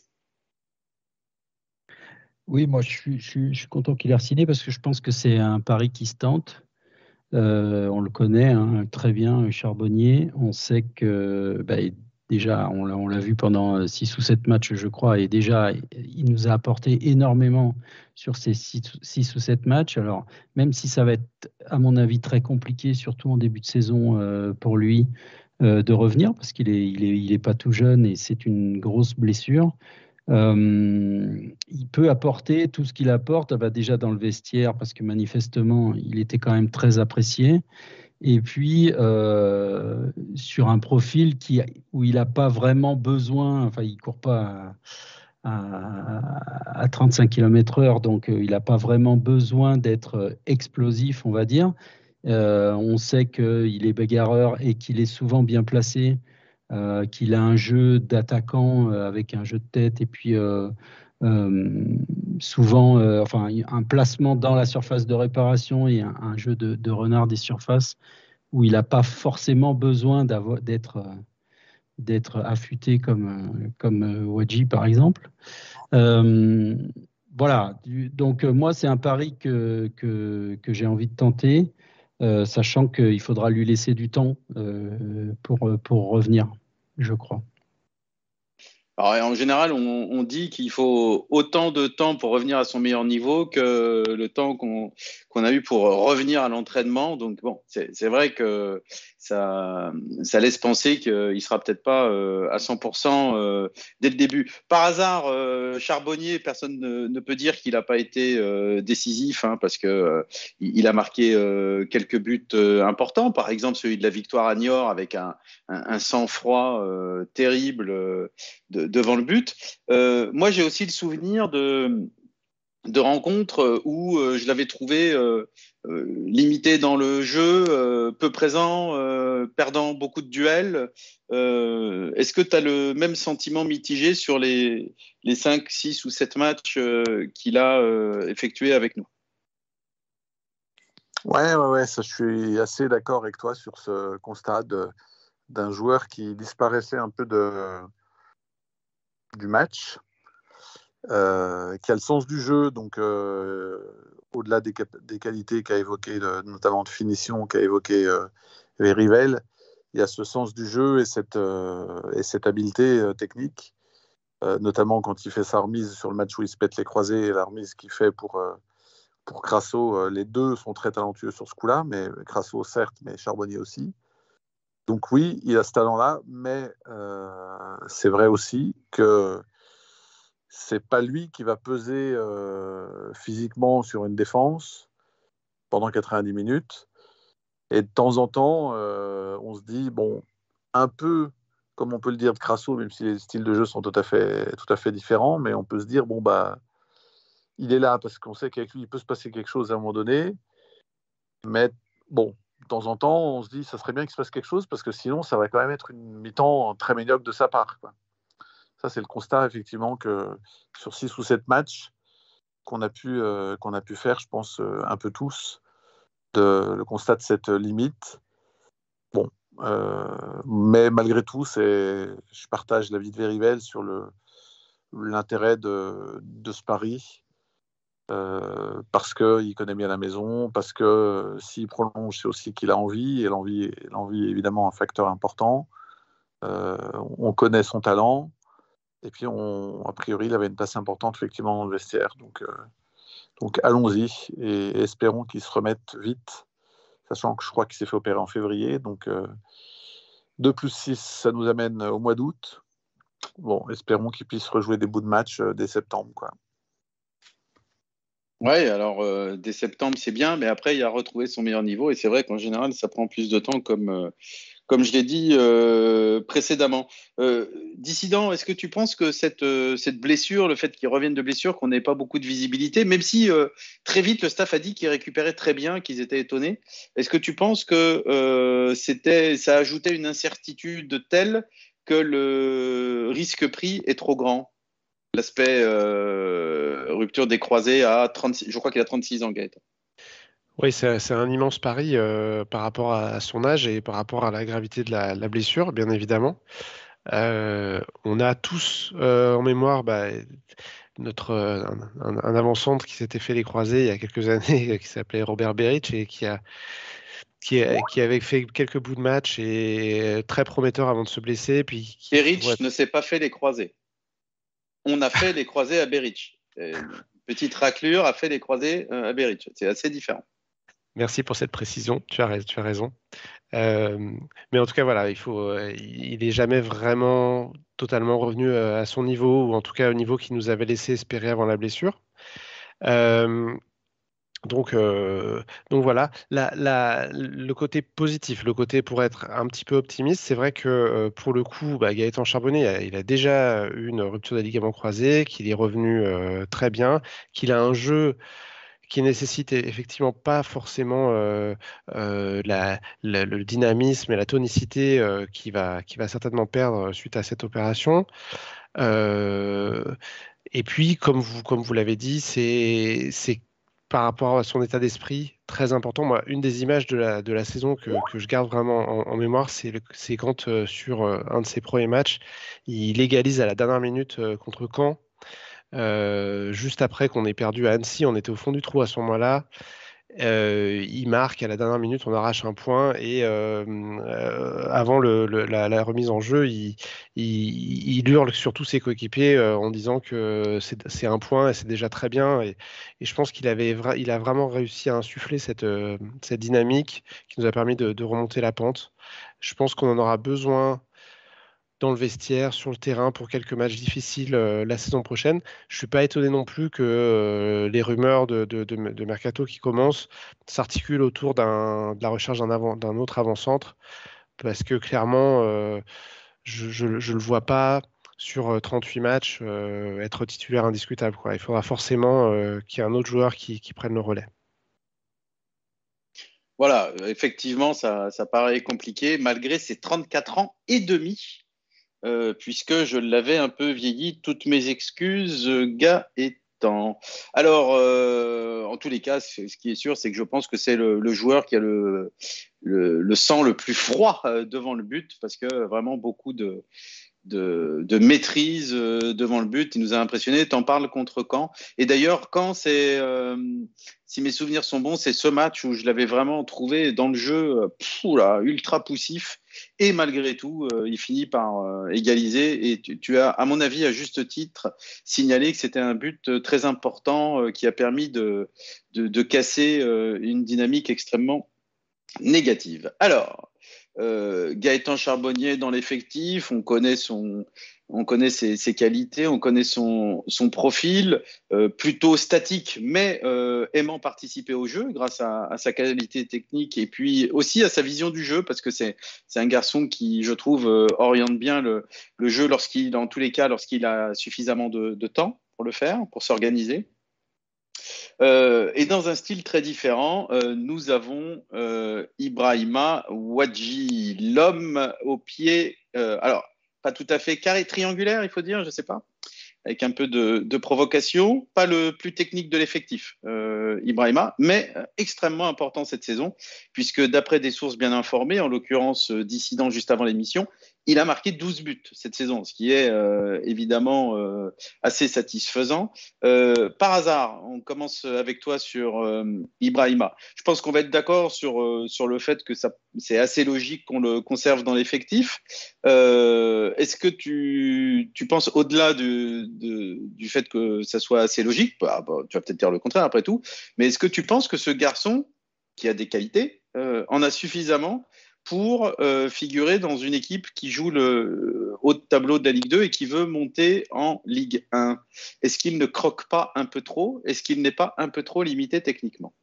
Oui, moi je suis, je suis, je suis content qu'il ait re-signé parce que je pense que c'est un pari qui se tente. Euh, on le connaît hein, très bien, Charbonnier. On sait que bah, déjà, on l'a, on l'a vu pendant six ou sept matchs, je crois, et déjà, il nous a apporté énormément sur ces six, six ou sept matchs. Alors, même si ça va être, à mon avis, très compliqué, surtout en début de saison euh, pour lui, euh, de revenir, parce qu'il est, il est, il est pas tout jeune et c'est une grosse blessure. Euh, il peut apporter tout ce qu'il apporte bah, déjà dans le vestiaire parce que manifestement il était quand même très apprécié et puis euh, sur un profil qui, où il n'a pas vraiment besoin, enfin il ne court pas à, à, à trente-cinq kilomètres heure donc euh, il n'a pas vraiment besoin d'être explosif on va dire. Euh, on sait qu'il est bagarreur et qu'il est souvent bien placé. Euh, qu'il a un jeu d'attaquant euh, avec un jeu de tête et puis euh, euh, souvent euh, enfin, un placement dans la surface de réparation et un, un jeu de, de renard des surfaces où il n'a pas forcément besoin d'être, euh, d'être affûté comme, euh, comme euh, Wadji par exemple. Euh, Voilà, du- donc euh, moi c'est un pari que, que, que j'ai envie de tenter, euh, sachant qu'il faudra lui laisser du temps euh, pour, pour revenir, je crois. Alors, en général, on, on dit qu'il faut autant de temps pour revenir à son meilleur niveau que le temps qu'on qu'on a eu pour revenir à l'entraînement. Donc, bon, c'est c'est vrai que ça, ça laisse penser qu'il sera peut-être pas euh, à cent pour cent euh, dès le début. Par hasard, euh, Charbonnier, personne ne, ne peut dire qu'il n'a pas été euh, décisif, hein, parce que euh, il, il a marqué euh, quelques buts euh, importants. Par exemple, celui de la victoire à Niort avec un, un, un sang-froid euh, terrible. Euh, de- devant le but. Euh, moi, j'ai aussi le souvenir de, de rencontres où euh, je l'avais trouvé euh, euh, limité dans le jeu, euh, peu présent, euh, perdant beaucoup de duels. Euh, Est-ce que tu as le même sentiment mitigé sur les, les cinq, six ou sept matchs euh, qu'il a euh, effectués avec nous? Ouais, ouais, ouais, ça, je suis assez d'accord avec toi sur ce constat de, d'un joueur qui disparaissait un peu de, du match, euh, qui a le sens du jeu, donc euh, au-delà des, cap- des qualités qu'a évoqué, de- notamment de finition, qu'a évoqué euh, Rivel, il y a ce sens du jeu et cette, euh, et cette habileté euh, technique, euh, notamment quand il fait sa remise sur le match où il se pète les croisés et la remise qu'il fait pour, euh, pour Crasso. Euh, les deux sont très talentueux sur ce coup-là, mais Crasso certes, mais Charbonnier aussi. Donc oui, il a ce talent-là, mais euh, c'est vrai aussi que c'est pas lui qui va peser euh, physiquement sur une défense pendant quatre-vingt-dix minutes. Et de temps en temps, euh, on se dit, bon, un peu comme on peut le dire de Crasso, même si les styles de jeu sont tout à fait, tout à fait différents, mais on peut se dire, bon, bah, il est là parce qu'on sait qu'avec lui, il peut se passer quelque chose à un moment donné. Mais bon, de temps en temps, on se dit, ça serait bien qu'il se passe quelque chose parce que sinon, ça va quand même être une mi-temps très médiocre de sa part, quoi. Ça, c'est le constat, effectivement, que sur six ou sept matchs qu'on a pu, euh, qu'on a pu faire, je pense, euh, un peu tous, de, le constat de cette limite. Bon, euh, mais malgré tout, c'est, je partage l'avis de Verivel sur le, l'intérêt de, de ce pari, euh, parce qu'il connaît bien la maison, parce que euh, s'il prolonge, c'est aussi qu'il a envie, et l'envie, l'envie est évidemment un facteur important. Euh, on connaît son talent, et puis on, a priori, il avait une place importante effectivement dans le vestiaire. Donc, euh, donc allons-y, et, et espérons qu'il se remette vite, sachant que je crois qu'il s'est fait opérer en février. Donc euh, deux plus six, ça nous amène au mois d'août. Bon, espérons qu'il puisse rejouer des bouts de match euh, dès septembre, quoi. Ouais, alors euh, dès septembre, c'est bien, mais après, il a retrouvé son meilleur niveau. Et c'est vrai qu'en général, ça prend plus de temps, comme, euh, comme je l'ai dit euh, précédemment. Euh, Dissident, est-ce que tu penses que cette, euh, cette blessure, le fait qu'il revienne de blessure, qu'on n'ait pas beaucoup de visibilité, même si euh, très vite le staff a dit qu'il récupérait très bien, qu'ils étaient étonnés, est-ce que tu penses que euh, c'était, ça ajoutait une incertitude telle que le risque pris est trop grand? L'aspect euh, rupture des croisés à trente-six, je crois qu'il a trente-six ans, Gaëtan. Oui, c'est c'est un immense pari euh, par rapport à son âge et par rapport à la gravité de la, la blessure, bien évidemment. Euh, on a tous euh, en mémoire bah, notre euh, un, un- un avant-centre qui s'était fait les croisés il y a quelques années, qui s'appelait Robert Beric et qui a qui, a- qui avait fait quelques bouts de match et très prometteur avant de se blesser, puis qui pour Berich être ne s'est pas fait les croisés. On a fait les croisés à Berich. Une petite raclure a fait les croisés euh, à Berich. C'est assez différent. Merci pour cette précision, tu as, rais- tu as raison. Euh, mais en tout cas, voilà, il faut, euh, il est jamais vraiment totalement revenu euh, à son niveau, ou en tout cas au niveau qu'il nous avait laissé espérer avant la blessure. Euh, donc, euh, donc voilà, la, la- le côté positif, le côté pour être un petit peu optimiste, c'est vrai que euh, pour le coup, bah, Gaëtan Charbonnet, il a, il a déjà eu une rupture des ligaments croisés, qu'il est revenu euh, très bien, qu'il a un jeu qui nécessite e- effectivement pas forcément euh, euh, la- la- le dynamisme et la tonicité euh, qui va, qui va certainement perdre suite à cette opération. Euh, et puis, comme vous, comme vous l'avez dit, c'est, c'est par rapport à son état d'esprit très important. Moi, une des images de la, de la saison que, que je garde vraiment en, en mémoire, c'est le- c'est quand euh, sur euh, un de ses premiers matchs, il égalise à la dernière minute euh, contre Caen Euh, juste après qu'on ait perdu à Annecy, on était au fond du trou à ce moment-là. Euh, il marque à la dernière minute, on arrache un point et euh, euh, avant le, le- la, la remise en jeu, il, il, il hurle sur tous ses coéquipiers euh, en disant que c'est c'est un point et c'est déjà très bien. Et, et je pense qu'il avait vra- il a vraiment réussi à insuffler cette, euh, cette dynamique qui nous a permis de, de remonter la pente. Je pense qu'on en aura besoin dans le vestiaire, sur le terrain pour quelques matchs difficiles euh, la saison prochaine. Je suis pas étonné non plus que euh, les rumeurs de, de- de- de mercato qui commencent s'articulent autour d'un, de la recherche d'un avant- d'un autre avant-centre, parce que clairement, euh, je, je, je le vois pas sur euh, trente-huit matchs euh, être titulaire indiscutable, quoi. Il faudra forcément euh, qu'il y ait un autre joueur qui, qui prenne le relais. Voilà, effectivement, ça, ça paraît compliqué, malgré ses trente-quatre ans et demi, euh, puisque je l'avais un peu vieilli. Toutes mes excuses, euh, gars étant. Alors, euh, en tous les cas, ce qui est sûr, c'est que je pense que c'est le, le joueur qui a le, le, le sang le plus froid euh, devant le but, parce que vraiment beaucoup de, de, de maîtrise euh, devant le but. Il nous a impressionné. T'en parles contre Caen. Et d'ailleurs, Caen, c'est, euh, si mes souvenirs sont bons, c'est ce match où je l'avais vraiment trouvé dans le jeu euh, pff, oula, ultra poussif. Et malgré tout, euh, il finit par euh, égaliser. Et tu, tu as, à mon avis, à juste titre, signalé que c'était un but euh, très important euh, qui a permis de, de, de casser euh, une dynamique extrêmement négative. Alors, euh, Gaëtan Charbonnier dans l'effectif, on connaît son, on connaît ses, ses qualités, on connaît son, son profil, euh, plutôt statique, mais euh, aimant participer au jeu grâce à, à sa qualité technique et puis aussi à sa vision du jeu, parce que c'est, c'est un garçon qui, je trouve, euh, oriente bien le, le jeu lorsqu'il, dans tous les cas, lorsqu'il a suffisamment de, de temps pour le faire, pour s'organiser. Euh, et dans un style très différent, euh, nous avons euh, Ibrahima Wadji, l'homme au pied, euh, alors pas tout à fait carré, triangulaire, il faut dire, je ne sais pas, avec un peu de, de provocation, pas le plus technique de l'effectif, euh, Ibrahima, mais euh, extrêmement important cette saison, puisque d'après des sources bien informées, en l'occurrence euh, Dissident juste avant l'émission, il a marqué douze buts cette saison, ce qui est euh, évidemment euh, assez satisfaisant. Euh, par hasard, on commence avec toi sur euh, Ibrahima. Je pense qu'on va être d'accord sur, euh, sur le fait que ça, c'est assez logique qu'on le conserve dans l'effectif. Euh, est-ce que tu, tu penses au-delà de, de, du fait que ça soit assez logique, bah, bah, tu vas peut-être dire le contraire après tout, mais est-ce que tu penses que ce garçon, qui a des qualités, euh, en a suffisamment pour euh, figurer dans une équipe qui joue le haut de tableau de la Ligue deux et qui veut monter en Ligue un? Est-ce qu'il ne croque pas un peu trop? Est-ce qu'il n'est pas un peu trop limité techniquement?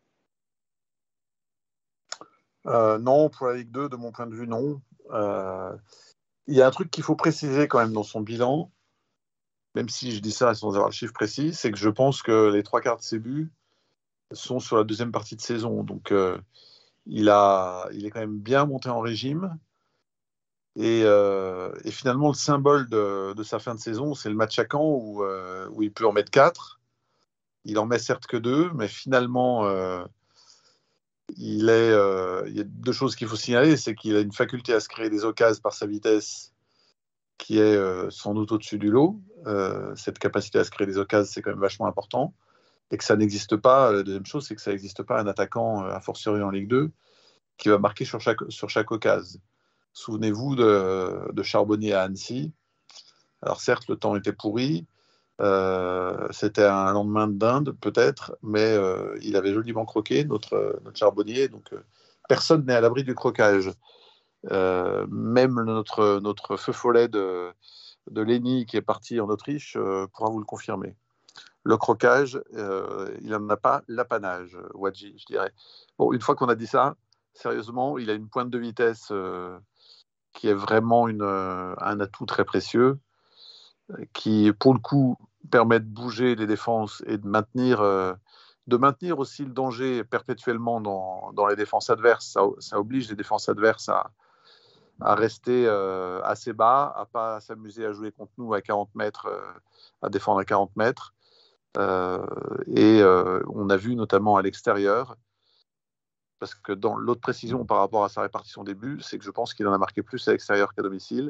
Euh, non, pour la Ligue deux, de mon point de vue, non. Euh, Il y a un truc qu'il faut préciser quand même dans son bilan, même si je dis ça sans avoir le chiffre précis, c'est que je pense que les trois quarts de ses buts sont sur la deuxième partie de saison. Donc, euh, il, a, il est quand même bien monté en régime. Et, euh, et finalement, le symbole de, de, sa fin de saison, c'est le match à Caen où, euh, où il peut en mettre quatre. Il en met certes que deux, mais finalement, euh, il, est, euh, il y a deux choses qu'il faut signaler. C'est qu'il a une faculté à se créer des occasions par sa vitesse qui est euh, sans doute au-dessus du lot. Euh, cette capacité à se créer des occasions, c'est quand même vachement important. Et que ça n'existe pas. La deuxième chose, c'est que ça n'existe pas un attaquant, euh, a fortiori en Ligue deux, qui va marquer sur chaque, sur chaque occasion. Souvenez-vous de, de Charbonnier à Annecy. Alors certes, le temps était pourri. Euh, c'était un lendemain de dinde, peut-être, mais euh, il avait joliment croqué, notre, notre Charbonnier. Donc euh, personne n'est à l'abri du croquage. Euh, même notre, notre feu follet de, de Lenny qui est parti en Autriche euh, pourra vous le confirmer. Le croquage, euh, il n'en a pas l'apanage, Wadji, je dirais. Bon, une fois qu'on a dit ça, sérieusement, il a une pointe de vitesse euh, qui est vraiment une, euh, un atout très précieux, qui, pour le coup, permet de bouger les défenses et de maintenir, euh, de maintenir aussi le danger perpétuellement dans, dans les défenses adverses. Ça, ça oblige les défenses adverses à, à rester euh, assez bas, à ne pas s'amuser à jouer contre nous à quarante mètres, euh, à défendre à quarante mètres. Euh, et euh, on a vu notamment à l'extérieur, parce que dans l'autre précision par rapport à sa répartition des buts, c'est que je pense qu'il en a marqué plus à l'extérieur qu'à domicile.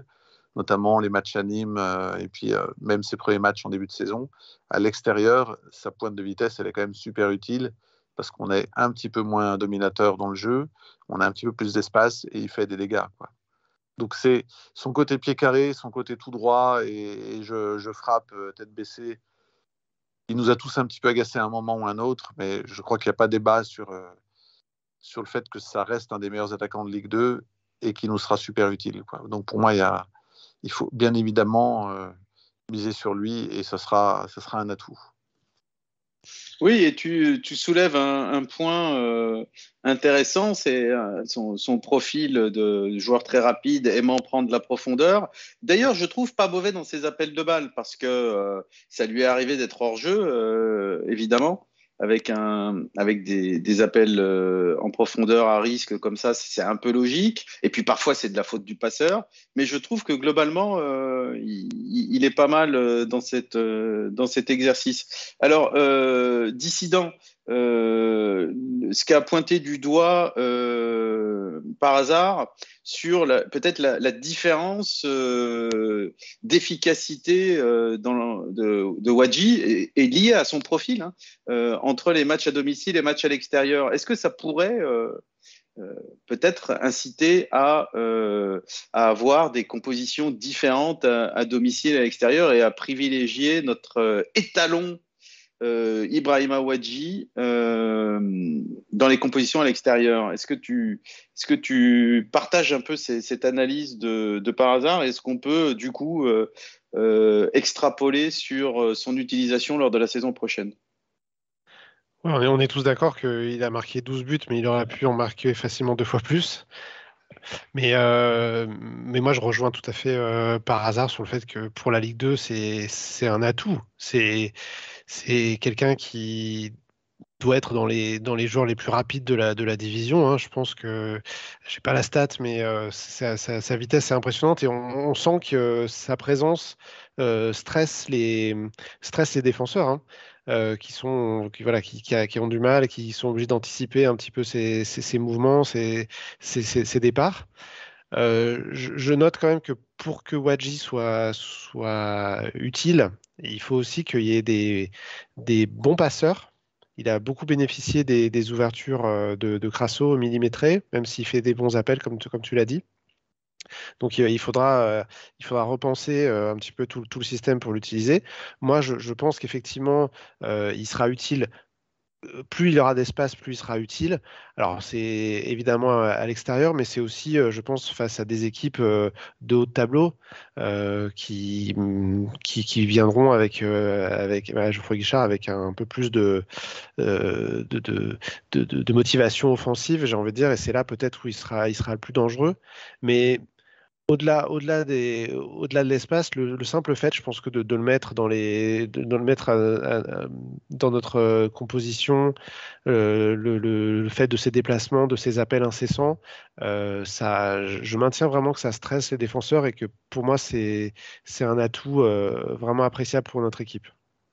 notamment les matchs à Nîmes euh, et puis euh, même ses premiers matchs en début de saison. À l'extérieur, sa pointe de vitesse, elle est quand même super utile parce qu'on est un petit peu moins dominateur dans le jeu, on a un petit peu plus d'espace et il fait des dégâts, quoi. Donc c'est son côté pied carré, son côté tout droit et, et je, je frappe euh, tête baissée. Il nous a tous un petit peu agacés à un moment ou un autre, mais je crois qu'il n'y a pas débat sur, euh, sur le fait que ça reste un des meilleurs attaquants de Ligue deux et qui nous sera super utile, quoi. Donc pour moi, il, y a, il faut bien évidemment euh, miser sur lui et ça sera, ça sera un atout. Oui, et tu, tu soulèves un, un point euh, intéressant, c'est euh, son, son profil de joueur très rapide, aimant prendre la profondeur. D'ailleurs, je trouve pas mauvais dans ses appels de balle parce que euh, ça lui est arrivé d'être hors jeu, euh, évidemment, avec un, avec des, des appels euh, en profondeur à risque comme ça, c'est un peu logique. Et puis parfois, c'est de la faute du passeur. Mais je trouve que globalement, euh, il, il est pas mal euh, dans cette, euh, dans cet exercice. Alors, euh, dissident, euh, ce qu'a pointé du doigt euh, par hasard sur la- peut-être la, la différence euh, d'efficacité euh, dans, de, de Wadji est, est liée à son profil, hein, euh, entre les matchs à domicile et les matchs à l'extérieur. Est-ce que ça pourrait euh, euh, peut-être inciter à, euh, à avoir des compositions différentes à, à domicile et à l'extérieur et à privilégier notre euh, étalon euh, Ibrahima Wadji euh, dans les compositions à l'extérieur. Est-ce que tu, est-ce que tu partages un peu ces, cette analyse de, de par hasard? Est-ce qu'on peut du coup euh, euh, extrapoler sur son utilisation lors de la saison prochaine? Ouais, on est, on est tous d'accord qu'il a marqué douze buts, mais il aurait pu en marquer facilement deux fois plus. Mais, euh, mais moi, je rejoins tout à fait euh, par hasard sur le fait que pour la Ligue deux, c'est, c'est un atout. C'est, c'est quelqu'un qui doit être dans les, dans les joueurs les plus rapides de la, de la division, hein. Je pense que, je sais pas la stat, mais euh, sa, sa- sa vitesse est impressionnante et on, on sent que sa présence euh, stresse les, stresse les défenseurs, hein, euh, qui sont, qui, voilà, qui, qui, a- qui ont du mal, qui sont obligés d'anticiper un petit peu ses, ses- ses mouvements, ses, ses- ses- ses départs. Euh, je, je note quand même que pour que Wadji soit, soit utile, il faut aussi qu'il y ait des, des bons passeurs. Il a beaucoup bénéficié des, des ouvertures euh, de, de Crasso millimétrées, même s'il fait des bons appels, comme, tu- comme tu l'as dit. Donc il, il faudra, euh, il faudra repenser euh, un petit peu tout, tout le système pour l'utiliser. Moi, je, je pense qu'effectivement, euh, il sera utile plus il y aura d'espace, plus il sera utile. Alors, c'est évidemment à, à l'extérieur, mais c'est aussi, euh, je pense, face à des équipes euh, de haut de tableau euh, qui, mm, qui, qui viendront avec, euh, avec voilà, Geoffroy Guichard avec un, un peu plus de, euh, de, de, de, de- de motivation offensive, j'ai envie de dire, et c'est là peut-être où il sera, il sera le plus dangereux. Mais au-delà, au-delà des, au-delà de l'espace, le, le simple fait, je pense que de, de le mettre dans les, de, de le mettre à- à- à- dans notre euh, composition, euh, le, le- le fait de ses déplacements, de ses appels incessants, euh, ça, je je maintiens vraiment que ça stresse les défenseurs et que pour moi, c'est, c'est un atout euh, vraiment appréciable pour notre équipe.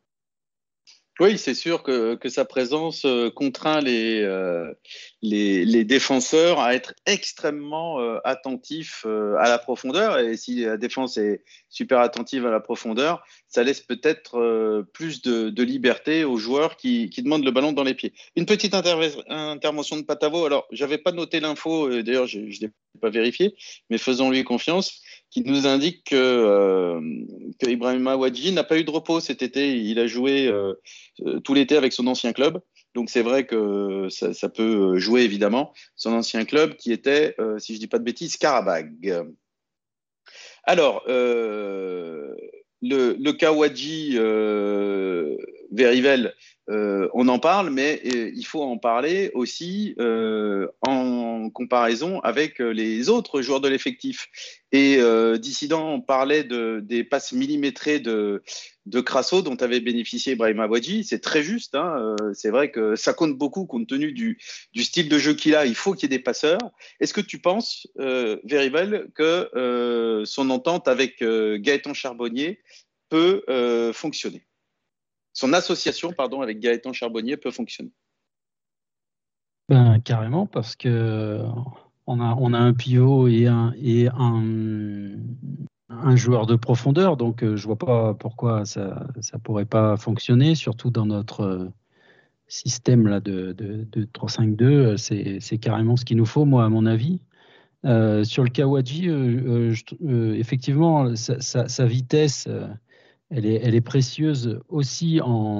Oui, c'est sûr que, que sa présence euh, contraint les, euh, les, les défenseurs à être extrêmement euh, attentifs euh, à la profondeur. Et si la défense est super attentive à la profondeur, ça laisse peut-être euh, plus de, de liberté aux joueurs qui, qui demandent le ballon dans les pieds. Une petite interve- intervention de Patavo. Alors, j'avais pas noté l'info, euh, d'ailleurs, je ne l'ai pas vérifié, mais faisons-lui confiance, qui nous indique que, euh, que Ibrahima Wadji n'a pas eu de repos cet été. Il a joué euh, euh, tout l'été avec son ancien club. Donc c'est vrai que ça, ça peut jouer évidemment. Son ancien club qui était, euh, si je ne dis pas de bêtises, Karabag. Alors, euh, le, le Kawadji euh, Verivel, euh, on en parle, mais euh, il faut en parler aussi euh, en comparaison avec les autres joueurs de l'effectif. Et euh, Dissident parlait de, des passes millimétrées de, de Crasso dont avait bénéficié Ibrahima Wadji. C'est très juste, hein. Euh, c'est vrai que ça compte beaucoup compte tenu du, du style de jeu qu'il a. Il faut qu'il y ait des passeurs. Est-ce que tu penses, euh, Verivel, que euh, son entente avec euh, Gaëtan Charbonnier peut euh, fonctionner? Son association, pardon, avec Gaëtan Charbonnier peut fonctionner? Ben, carrément, parce que on a, on a un pivot et un, et un, un joueur de profondeur, donc euh, je vois pas pourquoi ça ça pourrait pas fonctionner, surtout dans notre euh, système là de, de, de trois cinq deux. C'est c'est carrément ce qu'il nous faut, moi, à mon avis. Euh, sur le Kawaji, euh, euh, je tr- euh, effectivement, sa, sa- sa vitesse, euh, elle est, elle est précieuse aussi en,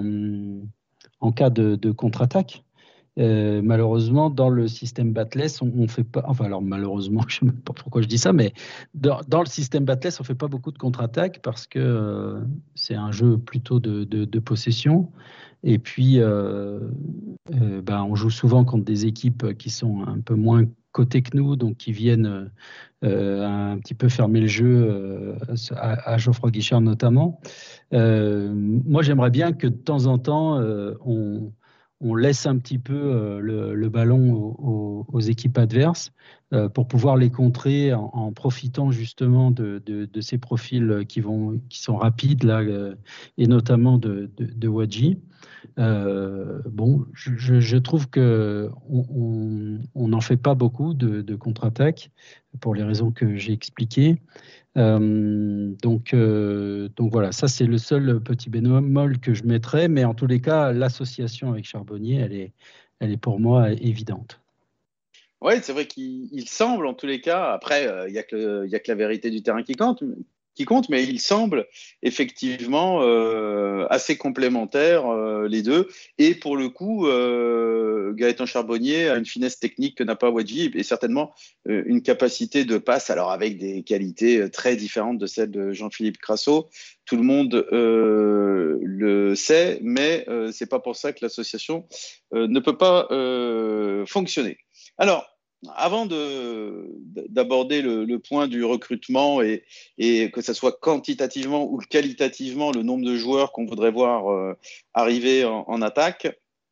en cas de, de contre-attaque. Euh, malheureusement, dans le système Batless, on, on fait pas. Enfin, alors malheureusement, je ne sais même pas pourquoi je dis ça, mais dans, dans le système Batless, on fait pas beaucoup de contre-attaque parce que euh, c'est un jeu plutôt de, de, de possession. Et puis, euh, euh, ben, on joue souvent contre des équipes qui sont un peu moins cotées que nous, donc qui viennent euh, un petit peu fermer le jeu euh, à, à Geoffroy Guichard notamment. Euh, moi, j'aimerais bien que de temps en temps, euh, on, on laisse un petit peu euh, le, le ballon aux, aux- aux équipes adverses euh, pour pouvoir les contrer en, en profitant justement de, de- de ces profils qui vont, qui sont rapides là, euh, et notamment de, de, de Wadji. Euh, bon, je, je- je trouve que on on- on n'en fait pas beaucoup de, de contre-attaque pour les raisons que j'ai expliquées. Euh, donc, euh, donc voilà, ça c'est le seul petit bémol que je mettrais, mais en tous les cas, l'association avec Charbonnier, elle est, elle est pour moi évidente. Oui, c'est vrai qu'il il semble, en tous les cas, après, il euh, n'y a, que le- y a que la vérité du terrain qui compte, qui compte mais il semble effectivement euh, assez complémentaires, euh, les deux. Et pour le coup, euh, Gaëtan Charbonnier a une finesse technique que n'a pas Wadji et certainement euh, une capacité de passe, alors avec des qualités très différentes de celles de Jean-Philippe Crasso. Tout le monde euh, le sait, mais euh, c'est pas pour ça que l'association euh, ne peut pas euh, fonctionner. Alors, avant de, d'aborder le, le point du recrutement et, et que ce soit quantitativement ou qualitativement le nombre de joueurs qu'on voudrait voir euh, arriver en, en attaque,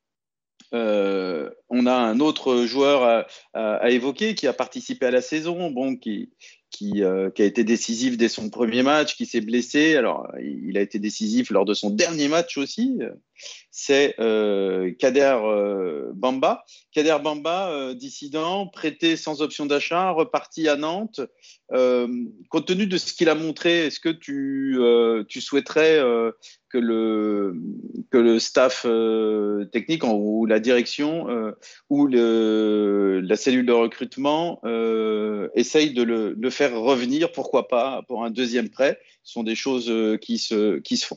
euh, on a un autre joueur à, à, à évoquer qui a participé à la saison, bon, qui, qui, euh, qui a été décisif dès son premier match, qui s'est blessé. Alors, il a été décisif lors de son dernier match aussi. C'est euh, Kader euh, Bamba. Kader Bamba, euh, dissident, prêté sans option d'achat, reparti à Nantes. Euh, compte tenu de ce qu'il a montré, est-ce que tu, euh, tu souhaiterais euh, que, le, que le staff euh, technique en, ou la direction euh, ou le, la cellule de recrutement euh, essaye de le, le faire revenir, pourquoi pas, pour un deuxième prêt? Ce sont des choses euh, qui, se, qui se font.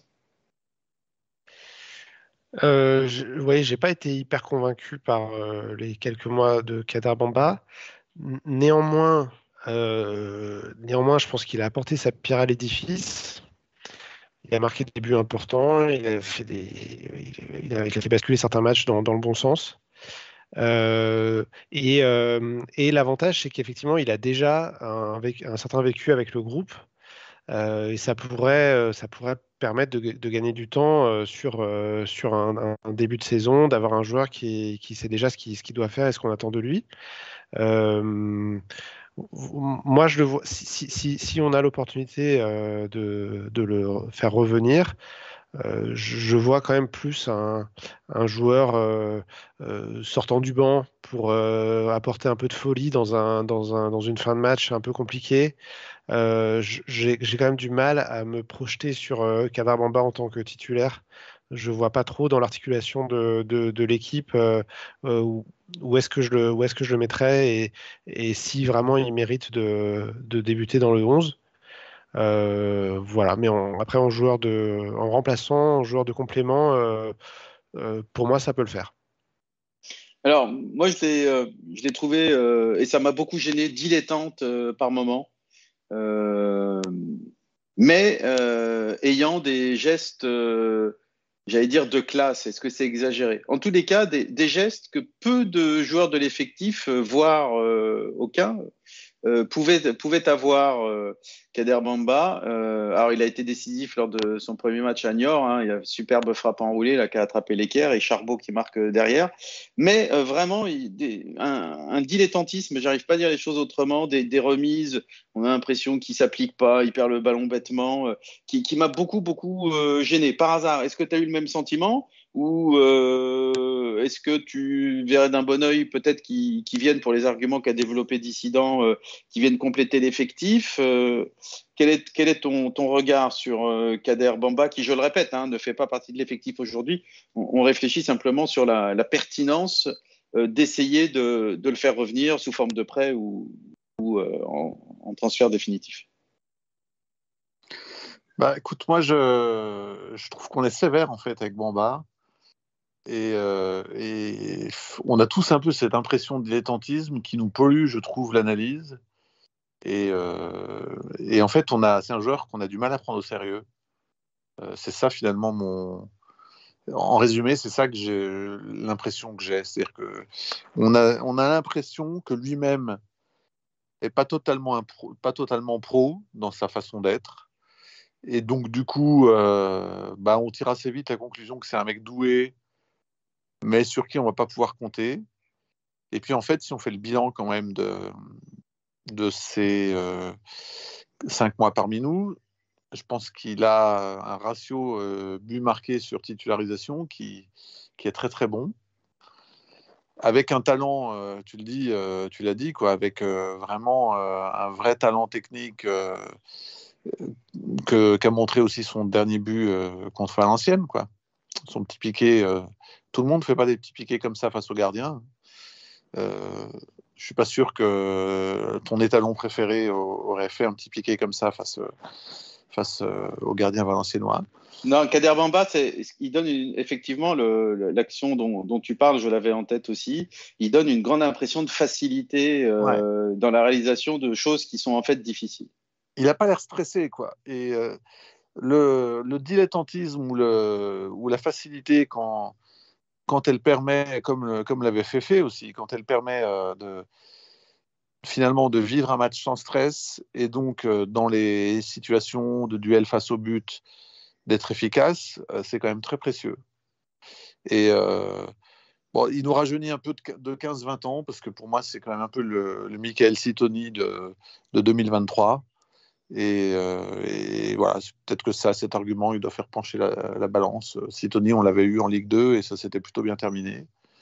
Euh, je, ouais, j'ai pas été hyper convaincu par euh, les quelques mois de Kader Bamba. N- Néanmoins, euh, néanmoins, je pense qu'il a apporté sa pierre à l'édifice. Il a marqué des buts importants. Il a fait des, il, il a, il a fait basculer certains matchs dans, dans le bon sens. Euh, et euh, et l'avantage, c'est qu'effectivement, il a déjà un, vécu- un certain vécu avec le groupe. Euh, et ça pourrait, euh, ça pourrait permettre de, de gagner du temps euh, sur, euh, sur un, un- un début de saison, d'avoir un joueur qui, qui sait déjà ce qu'il ce qu'il doit faire et ce qu'on attend de lui. Euh, Moi, je le vois, si, si, si- si on a l'opportunité euh, de, de le faire revenir, euh, je, je vois quand même plus un, un joueur euh, euh, sortant du banc pour euh, apporter un peu de folie dans un, dans un, dans une fin de match un peu compliquée. Euh, j- j'ai j'ai quand même du mal à me projeter sur euh, Kader Bamba en tant que titulaire. Je vois pas trop dans l'articulation de, de, de l'équipe euh, euh, où, où est-ce que je le, où est-ce que je le mettrais et, et si vraiment il mérite de, de débuter dans le onze. Euh, voilà, mais en- après en joueur de, en remplaçant, en joueur de complément, euh, euh, pour moi ça peut le faire. Alors, moi, je l'ai, euh, je l'ai trouvé, euh, et ça m'a beaucoup gêné, dilettante euh, par moment, euh, mais euh, ayant des gestes, euh, j'allais dire, de classe. Est-ce que c'est exagéré? En tous les cas, des, des gestes que peu de joueurs de l'effectif, euh, voire euh, aucun, euh, pouvait, pouvait avoir euh, Kader Bamba. Euh, alors, il a été décisif lors de son premier match à Niort. Hein, il y a une superbe frappe enroulée là, qui a attrapé l'équerre et Charbot qui marque euh, derrière. Mais euh, vraiment, il, des, un, un dilettantisme, j'arrive pas à dire les choses autrement, des, des remises, on a l'impression qu'il s'applique pas, il perd le ballon bêtement, euh, qui, qui m'a beaucoup, beaucoup euh, gêné. Par hasard, est-ce que tu as eu le même sentiment ou euh, est-ce que tu verrais d'un bon œil peut-être qu'ils qu'ils viennent pour les arguments qu'a développé Dissident, euh, qui viennent compléter l'effectif euh, quel est, quel est ton, ton regard sur euh, Kader Bamba, qui, je le répète, hein, ne fait pas partie de l'effectif aujourd'hui. On, on réfléchit simplement sur la, la pertinence euh, d'essayer de, de le faire revenir sous forme de prêt ou, ou euh, en, en transfert définitif. Bah, écoute, moi, je, je trouve qu'on est sévère, en fait, avec Bamba. Et, euh, et on a tous un peu cette impression de dilettantisme qui nous pollue, je trouve, l'analyse. Et, euh, et en fait, on a, c'est un joueur qu'on a du mal à prendre au sérieux. Euh, c'est ça, finalement, mon... En résumé, c'est ça que j'ai l'impression que j'ai. C'est-à-dire qu'on a, on a l'impression que lui-même n'est pas totalement, impro, pas totalement pro dans sa façon d'être. Et donc, du coup, euh, bah, on tire assez vite la conclusion que c'est un mec doué, mais sur qui on ne va pas pouvoir compter. Et puis, en fait, si on fait le bilan quand même de, de ces euh, cinq mois parmi nous, je pense qu'il a un ratio euh, but marqué sur titularisation qui, qui est très, très bon. Avec un talent, euh, tu le dis, euh, tu l'as dit, quoi, avec euh, vraiment euh, un vrai talent technique euh, que, qu'a montré aussi son dernier but euh, contre Valenciennes, quoi. Son petit piqué, euh, tout le monde ne fait pas des petits piqués comme ça face au gardien. Euh, je suis pas sûr que ton étalon préféré aurait fait un petit piqué comme ça face, face au gardien valenciennois. Non, Kader Bamba, c'est, il donne une, effectivement le, le, l'action dont, dont tu parles, je l'avais en tête aussi. Il donne une grande impression de facilité euh, ouais. dans la réalisation de choses qui sont en fait difficiles. Il n'a pas l'air stressé, quoi. Et euh, le, le dilettantisme ou, le, ou la facilité quand, quand elle permet, comme, comme l'avait Féfé aussi, quand elle permet euh, de finalement de vivre un match sans stress et donc euh, dans les situations de duel face au but d'être efficace, euh, c'est quand même très précieux. Et euh, bon, il nous rajeunit un peu de quinze vingt ans parce que pour moi c'est quand même un peu le, le Michael Sitoni de, de deux mille vingt-trois. Et, euh, et voilà, peut-être que ça, cet argument, il doit faire pencher la, la balance. Sitoni, on l'avait eu en Ligue deux et ça s'était plutôt bien terminé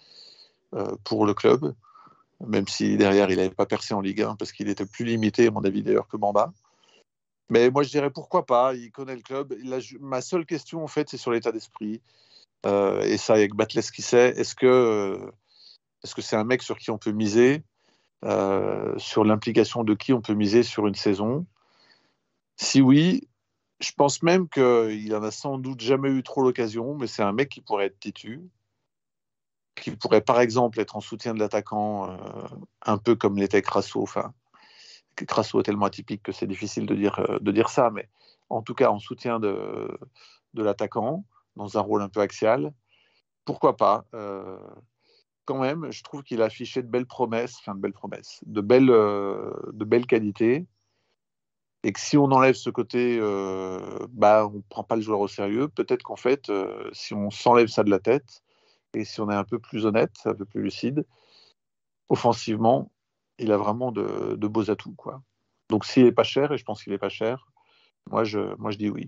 euh, pour le club. Même si derrière, il n'avait pas percé en Ligue un parce qu'il était plus limité, à mon avis, d'ailleurs, que Bamba. Mais moi, je dirais pourquoi pas, il connaît le club. Il a, ma seule question, en fait, c'est sur l'état d'esprit. Euh, et ça, avec Batles qui sait, est-ce que, euh, est-ce que c'est un mec sur qui on peut miser, euh, sur l'implication de qui on peut miser sur une saison? Si oui, je pense même qu'il n'en a sans doute jamais eu trop l'occasion, mais c'est un mec qui pourrait être titu, qui pourrait par exemple être en soutien de l'attaquant, euh, un peu comme l'était Crasso. Enfin, Crasso est tellement atypique que c'est difficile de dire, de dire ça, mais en tout cas en soutien de, de l'attaquant, dans un rôle un peu axial. Pourquoi pas euh, quand même, je trouve qu'il a affiché de belles promesses, enfin de belles promesses, de belles, euh, de belles qualités, et que si on enlève ce côté, euh, bah, on ne prend pas le joueur au sérieux, peut-être qu'en fait, euh, si on s'enlève ça de la tête, et si on est un peu plus honnête, un peu plus lucide, offensivement, il a vraiment de, de beaux atouts, quoi. Donc s'il n'est pas cher, et je pense qu'il n'est pas cher, moi je, moi je dis oui.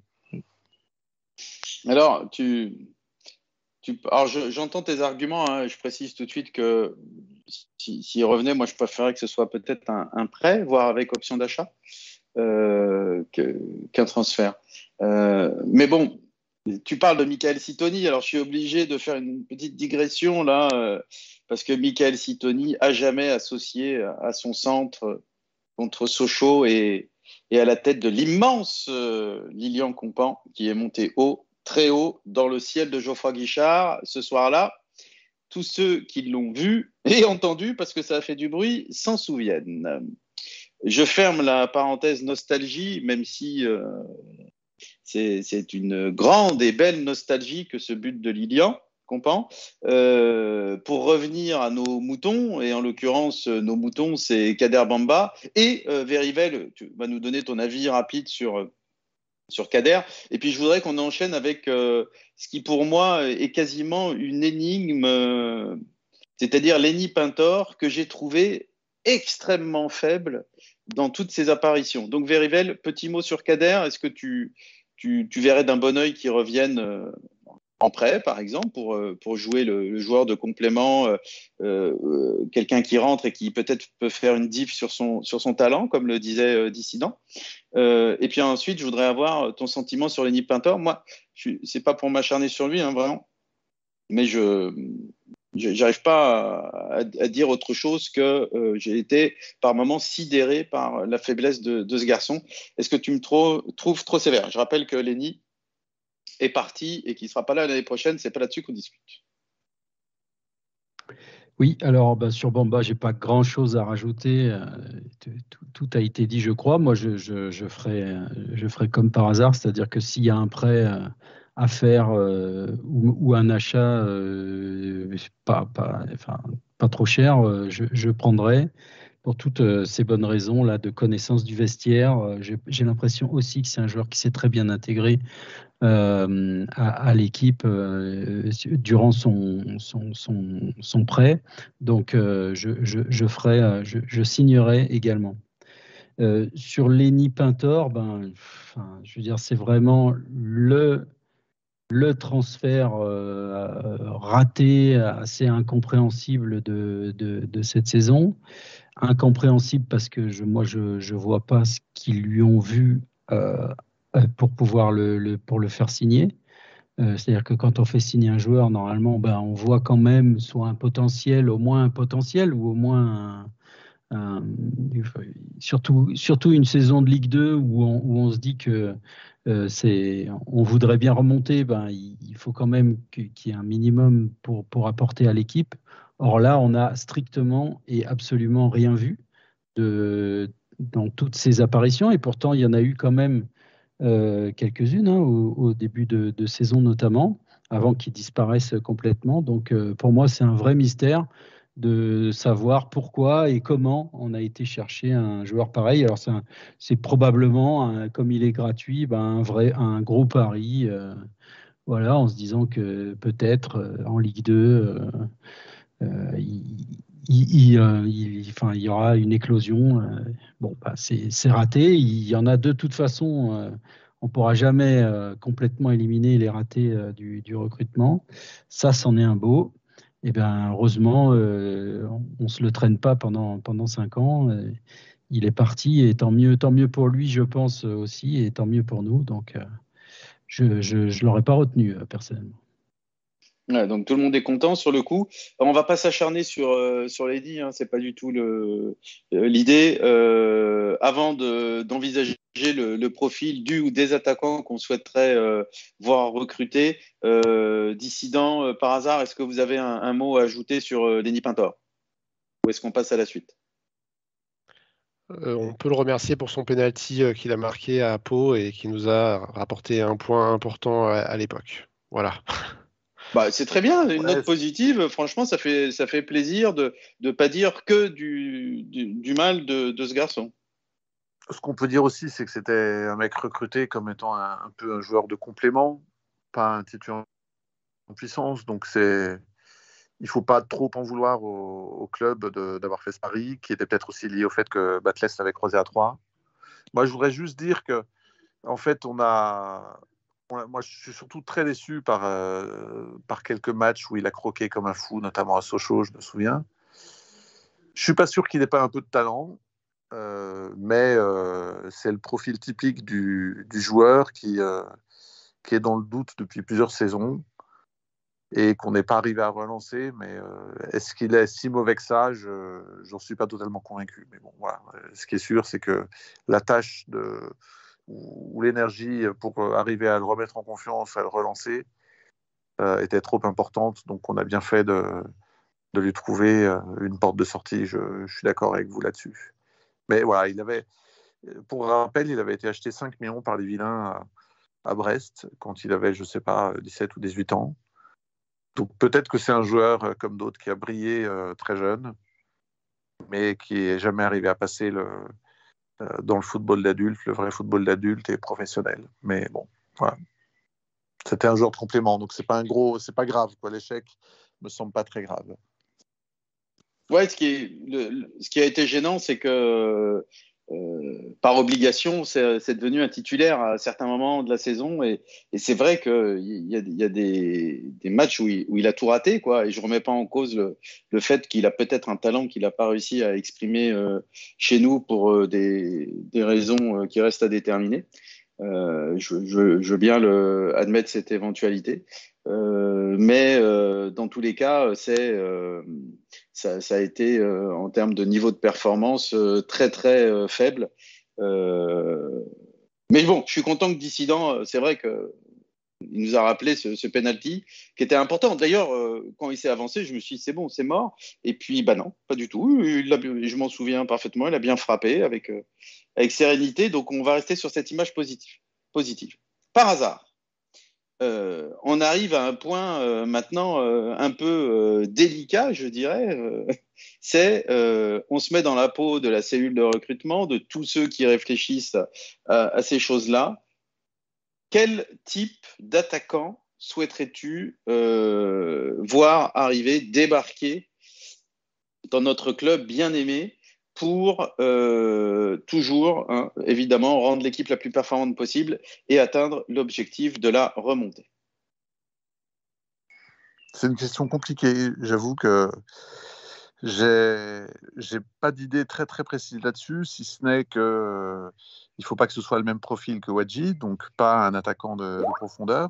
Alors, tu, tu, alors je, j'entends tes arguments, hein, je précise tout de suite que s'il si revenait, moi je préférerais que ce soit peut-être un, un prêt, voire avec option d'achat, euh, que, qu'un transfert. Euh, mais bon, tu parles de Michael Sitoni, alors je suis obligé de faire une petite digression là, euh, parce que Michael Sitoni a jamais associé à son centre contre Sochaux et, et à la tête de l'immense euh, Lilian Compan, qui est monté haut, très haut, dans le ciel de Geoffroy Guichard ce soir-là. Tous ceux qui l'ont vu et entendu, parce que ça a fait du bruit, s'en souviennent. Je ferme la parenthèse nostalgie, même si euh, c'est, c'est une grande et belle nostalgie que ce but de Lilian Compan. Euh, pour revenir à nos moutons, et en l'occurrence, nos moutons, c'est Kader Bamba. Et euh, Verivel, tu vas nous donner ton avis rapide sur, sur Kader. Et puis, je voudrais qu'on enchaîne avec euh, ce qui, pour moi, est quasiment une énigme, euh, c'est-à-dire Lenny Pintor, que j'ai trouvé extrêmement faible dans toutes ses apparitions. Donc, Verivel, petit mot sur Kader. Est-ce que tu, tu, tu verrais d'un bon œil qu'il revienne euh, en prêt, par exemple, pour, pour jouer le, le joueur de complément, euh, euh, quelqu'un qui rentre et qui peut-être peut faire une diff sur son, sur son talent, comme le disait euh, Dissident. Euh, et puis ensuite, je voudrais avoir ton sentiment sur Lenny Pintor. Moi, ce n'est pas pour m'acharner sur lui, hein, vraiment, mais je n'arrive pas à, à, à dire autre chose que euh, j'ai été par moments sidéré par la faiblesse de, de ce garçon. Est-ce que tu me trop, trouves trop sévère? Je rappelle que Lenny est parti et qu'il ne sera pas là l'année prochaine, c'est pas là-dessus qu'on discute. Oui, alors bah, sur Bamba, j'ai pas grand-chose à rajouter. Euh, tout, tout a été dit, je crois. Moi, je, je, je, ferai, je ferai comme par hasard, c'est-à-dire que s'il y a un prêt euh, à faire euh, ou, ou un achat euh, pas, pas, enfin, pas trop cher, euh, je, je prendrai. Pour toutes euh, ces bonnes raisons là de connaissance du vestiaire. Euh, j'ai, j'ai l'impression aussi que c'est un joueur qui s'est très bien intégré euh, à, à l'équipe euh, durant son, son, son, son prêt. Donc, euh, je, je, je, ferai, euh, je, je signerai également. Euh, sur Lenny Pintor, ben, enfin, je veux dire, c'est vraiment le, le transfert euh, raté, assez incompréhensible de, de, de cette saison. Incompréhensible parce que je, moi, je ne vois pas ce qu'ils lui ont vu euh, pour pouvoir le, le, pour le faire signer. Euh, c'est-à-dire que quand on fait signer un joueur, normalement, ben, on voit quand même soit un potentiel, au moins un potentiel, ou au moins un, un, surtout, surtout une saison de Ligue deux où on, où on se dit que euh, c'est, on voudrait bien remonter, ben, il, il faut quand même qu'il y ait un minimum pour, pour apporter à l'équipe. Or là, on n'a strictement et absolument rien vu de, dans toutes ces apparitions, et pourtant, il y en a eu quand même euh, quelques-unes, hein, au, au début de, de saison notamment, avant qu'ils disparaissent complètement. Donc euh, pour moi, c'est un vrai mystère de savoir pourquoi et comment on a été chercher un joueur pareil. Alors c'est, un, c'est probablement, un, comme il est gratuit, ben, un, vrai, un gros pari, euh, voilà, en se disant que peut-être euh, en Ligue deux, euh, euh, il, il, il, euh, il, enfin, il y aura une éclosion. Euh, bon, bah, c'est, c'est raté. Il y en a de toute façon. Euh, on ne pourra jamais euh, complètement éliminer les ratés euh, du, du recrutement. Ça, c'en est un beau. Et bien, heureusement, euh, on ne se le traîne pas pendant, pendant cinq ans. Euh, il est parti et tant mieux, tant mieux pour lui, je pense aussi, et tant mieux pour nous. Donc, euh, je ne l'aurais pas retenu euh, personnellement. Ouais, donc tout le monde est content sur le coup. On va pas s'acharner sur euh, sur Lady, hein, c'est pas du tout le euh, l'idée. Euh, avant de, d'envisager le, le profil du ou des attaquants qu'on souhaiterait euh, voir recruter, euh, Dissident, euh, par hasard, est-ce que vous avez un, un mot à ajouter sur euh, Lenny Pintor? Ou est-ce qu'on passe à la suite? Euh, on peut le remercier pour son penalty euh, qu'il a marqué à Pau et qui nous a rapporté un point important à, à l'époque. Voilà. Bah, c'est très bien, une Ouais, note positive. Franchement, ça fait, ça fait plaisir de ne pas dire que du, du, du mal de, de ce garçon. ce qu'on peut dire aussi, c'est que c'était un mec recruté comme étant un, un peu un joueur de complément, pas un titulaire en puissance. Donc c'est, il faut pas trop en vouloir au, au club de, d'avoir fait ce pari, qui était peut-être aussi lié au fait que Batles l'avait croisé à trois. Moi, je voudrais juste dire que, en fait, on a, on a moi, je suis surtout très déçu par euh, par quelques matchs où il a croqué comme un fou, notamment à Sochaux, je me souviens. Je suis pas sûr qu'il n'ait pas un peu de talent. Euh, mais euh, c'est le profil typique du, du joueur qui, euh, qui est dans le doute depuis plusieurs saisons et qu'on n'est pas arrivé à relancer. Mais euh, est-ce qu'il est si mauvais que ça? Je n'en suis pas totalement convaincu. Mais bon, voilà. Ce qui est sûr, c'est que la tâche de, ou, ou l'énergie pour arriver à le remettre en confiance, à le relancer, euh, était trop importante. Donc on a bien fait de, de lui trouver euh, une porte de sortie. Je, je suis d'accord avec vous là-dessus. Mais voilà, il avait, pour rappel, il avait été acheté cinq millions par les vilains à, à Brest quand il avait, je ne sais pas, dix-sept ou dix-huit ans. Donc peut-être que c'est un joueur euh, comme d'autres qui a brillé euh, très jeune, mais qui n'est jamais arrivé à passer le, euh, dans le football d'adulte, le vrai football d'adulte et professionnel. Mais bon, voilà. C'était un joueur de complément, donc c'est pas un gros, c'est pas grave, quoi. L'échec me semble pas très grave. Ouais, ce qui, est, le, ce qui a été gênant, c'est que euh, par obligation, c'est, c'est devenu un titulaire à certains moments de la saison. Et, et c'est vrai qu'il y a, y a des, des matchs où il, où il a tout raté, quoi. Et je ne remets pas en cause le, le fait qu'il a peut-être un talent qu'il n'a pas réussi à exprimer euh, chez nous pour euh, des, des raisons euh, qui restent à déterminer. Euh, je, je, je veux bien le, admettre cette éventualité. Euh, mais euh, dans tous les cas, c'est, euh, ça, ça a été, euh, en termes de niveau de performance, euh, très, très euh, faible. Euh, mais bon, je suis content que Dissident, c'est vrai que il nous a rappelé ce, ce penalty qui était important. D'ailleurs, euh, quand il s'est avancé, je me suis dit, c'est bon, c'est mort. Et puis, bah non, pas du tout. Il a, je m'en souviens parfaitement. Il a bien frappé avec, euh, avec sérénité. Donc, on va rester sur cette image positive. positive. Par hasard, euh, on arrive à un point euh, maintenant euh, un peu euh, délicat, je dirais. Euh, c'est, euh, on se met dans la peau de la cellule de recrutement, de tous ceux qui réfléchissent à, à ces choses-là. Quel type d'attaquant souhaiterais-tu euh, voir arriver, débarquer dans notre club bien aimé pour euh, toujours, hein, évidemment, rendre l'équipe la plus performante possible et atteindre l'objectif de la remontée? C'est une question compliquée. J'avoue que j'ai j'ai pas d'idée très très précise là-dessus, si ce n'est que euh, il faut pas que ce soit le même profil que Wadji, donc pas un attaquant de, de profondeur.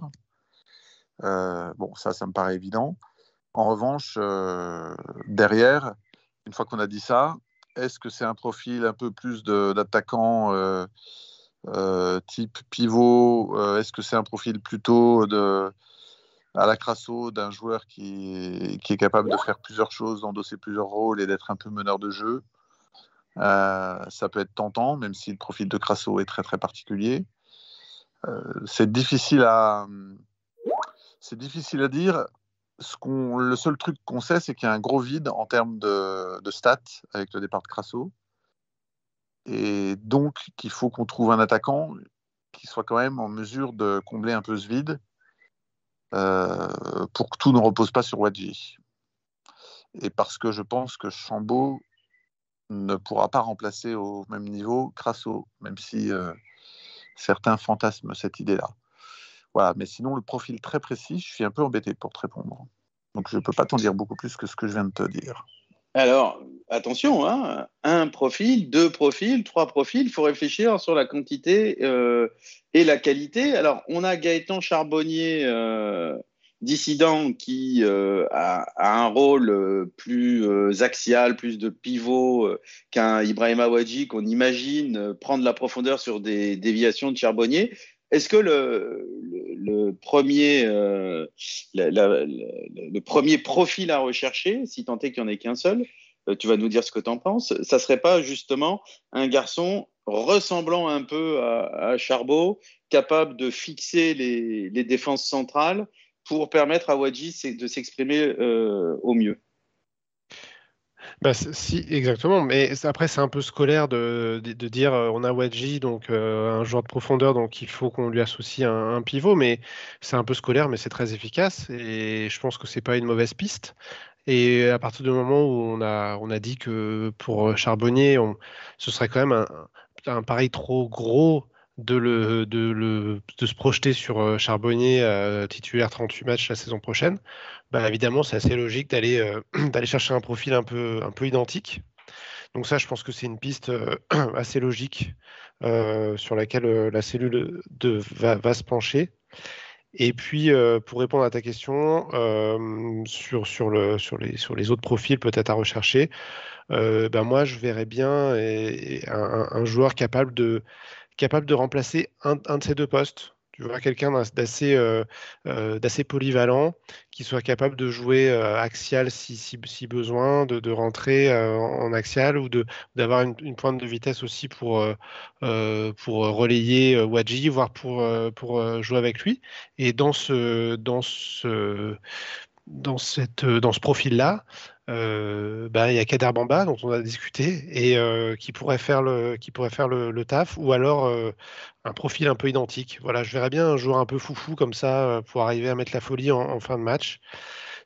Euh, bon, ça, ça me paraît évident. En revanche, euh, derrière, une fois qu'on a dit ça, est-ce que c'est un profil un peu plus de, d'attaquant euh, euh, type pivot euh, Est-ce que c'est un profil plutôt de, à la Crasso, d'un joueur qui, qui est capable de faire plusieurs choses, d'endosser plusieurs rôles et d'être un peu meneur de jeu? Euh, ça peut être tentant, même si le profil de Crasso est très très particulier. Euh, c'est difficile à, c'est difficile à dire. Ce qu'on, le seul truc qu'on sait, c'est qu'il y a un gros vide en termes de, de stats avec le départ de Crasso. Et donc, qu'il faut qu'on trouve un attaquant qui soit quand même en mesure de combler un peu ce vide euh, pour que tout ne repose pas sur Wadji. Et parce que je pense que Chambaud ne pourra pas remplacer au même niveau Crasso, même si euh, certains fantasment cette idée-là. Voilà, mais sinon, le profil très précis, je suis un peu embêté pour te répondre. Donc, je ne peux pas t'en dire beaucoup plus que ce que je viens de te dire. Alors, attention, hein, un profil, deux profils, trois profils, il faut réfléchir sur la quantité euh, et la qualité. Alors, on a Gaëtan Charbonnier, euh, dissident, qui euh, a, a un rôle euh, plus euh, axial, plus de pivot euh, qu'un Ibrahima Wadji qu'on imagine euh, prendre la profondeur sur des déviations de Charbonnier. Est-ce que le, le, le premier, euh, la, la, la, le premier profil à rechercher, si tant est qu'il n'y en ait qu'un seul, euh, tu vas nous dire ce que tu en penses, ça serait pas justement un garçon ressemblant un peu à, à Charbot, capable de fixer les, les défenses centrales pour permettre à Wadji de s'exprimer euh, au mieux? Bah, si, exactement. Mais après, c'est un peu scolaire de, de, de dire euh, on a Wadji, donc euh, un joueur de profondeur, donc il faut qu'on lui associe un, un pivot. Mais c'est un peu scolaire, mais c'est très efficace. Et je pense que c'est pas une mauvaise piste. Et à partir du moment où on a, on a dit que pour Charbonnier, on, ce serait quand même un, un pari trop gros de, le, de, le, de se projeter sur euh, Charbonnier euh, titulaire trente-huit matchs la saison prochaine, bah, évidemment, c'est assez logique d'aller euh, d'aller chercher un profil un peu, un peu identique. Donc ça, je pense que c'est une piste euh, assez logique euh, sur laquelle euh, la cellule de, va, va se pencher. Et puis, euh, pour répondre à ta question, euh, sur, sur, le, sur, les, sur les autres profils peut-être à rechercher, euh, ben moi, je verrais bien et, et un, un joueur capable de, capable de remplacer un, un de ces deux postes. Tu vois, quelqu'un d'assez euh, euh, d'assez polyvalent, qui soit capable de jouer euh, axial si, si, si besoin, de, de rentrer euh, en axial ou de d'avoir une, une pointe de vitesse aussi pour, euh, euh, pour relayer euh, Wadji, voire pour, euh, pour euh, jouer avec lui. Et dans ce, dans ce, dans cette, dans ce profil-là, euh, bah, il y a Kader Bamba dont on a discuté et euh, qui pourrait faire le, qui pourrait faire le, le taf, ou alors euh, un profil un peu identique. Voilà, je verrais bien un joueur un peu foufou comme ça euh, pour arriver à mettre la folie en, en fin de match.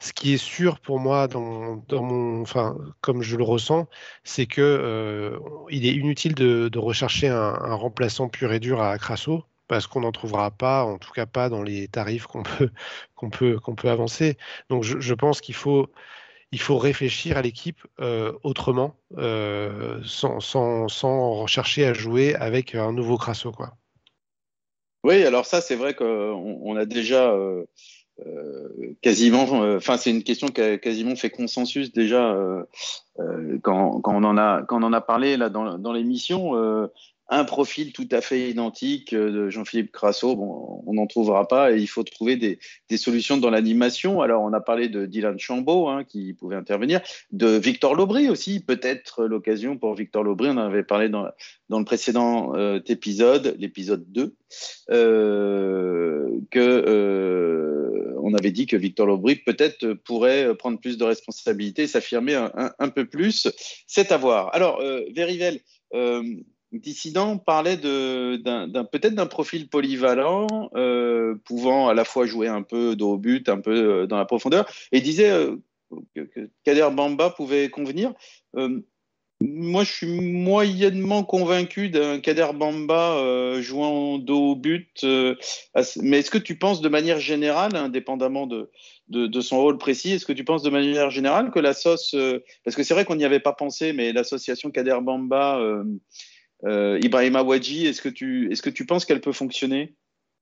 Ce qui est sûr pour moi, dans, dans mon, enfin, comme je le ressens, c'est que euh, il est inutile de, de rechercher un, un remplaçant pur et dur à Crasso, parce qu'on n'en trouvera pas, en tout cas pas dans les tarifs qu'on peut, qu'on peut, qu'on peut avancer. Donc je, je pense qu'il faut, il faut réfléchir à l'équipe euh, autrement, euh, sans, sans, sans chercher à jouer avec un nouveau Crasso, quoi. Oui, alors ça, c'est vrai qu'on on a déjà euh, euh, quasiment, enfin, c'est une question qui a quasiment fait consensus déjà euh, euh, quand, quand on en a, quand on en a parlé là dans, dans l'émission. Euh, un profil tout à fait identique euh, de Jean-Philippe Crasso, bon, on n'en trouvera pas et il faut trouver des, des solutions dans l'animation. Alors, on a parlé de Dylan Chambaud hein, qui pouvait intervenir, de Victor Lobry aussi, peut-être l'occasion pour Victor Lobry, on en avait parlé dans, dans le précédent euh, épisode, l'épisode deux, euh, que euh, on avait dit que Victor Lobry peut-être pourrait prendre plus de responsabilités et s'affirmer un, un, un peu plus. C'est à voir. Alors, euh, Verivel, euh, Dissident parlait de, d'un, d'un, peut-être d'un profil polyvalent, euh, pouvant à la fois jouer un peu de haut but, un peu euh, dans la profondeur, et disait euh, que, que Kader Bamba pouvait convenir. Euh, moi, je suis moyennement convaincu d'un Kader Bamba euh, jouant dos au but. Euh, mais est-ce que tu penses de manière générale, indépendamment de, de, de son rôle précis, est-ce que tu penses de manière générale que la sauce, euh, parce que c'est vrai qu'on n'y avait pas pensé, mais l'association Kader Bamba, euh, euh, Ibrahima Wadji, est-ce que tu, est-ce que tu penses qu'elle peut fonctionner?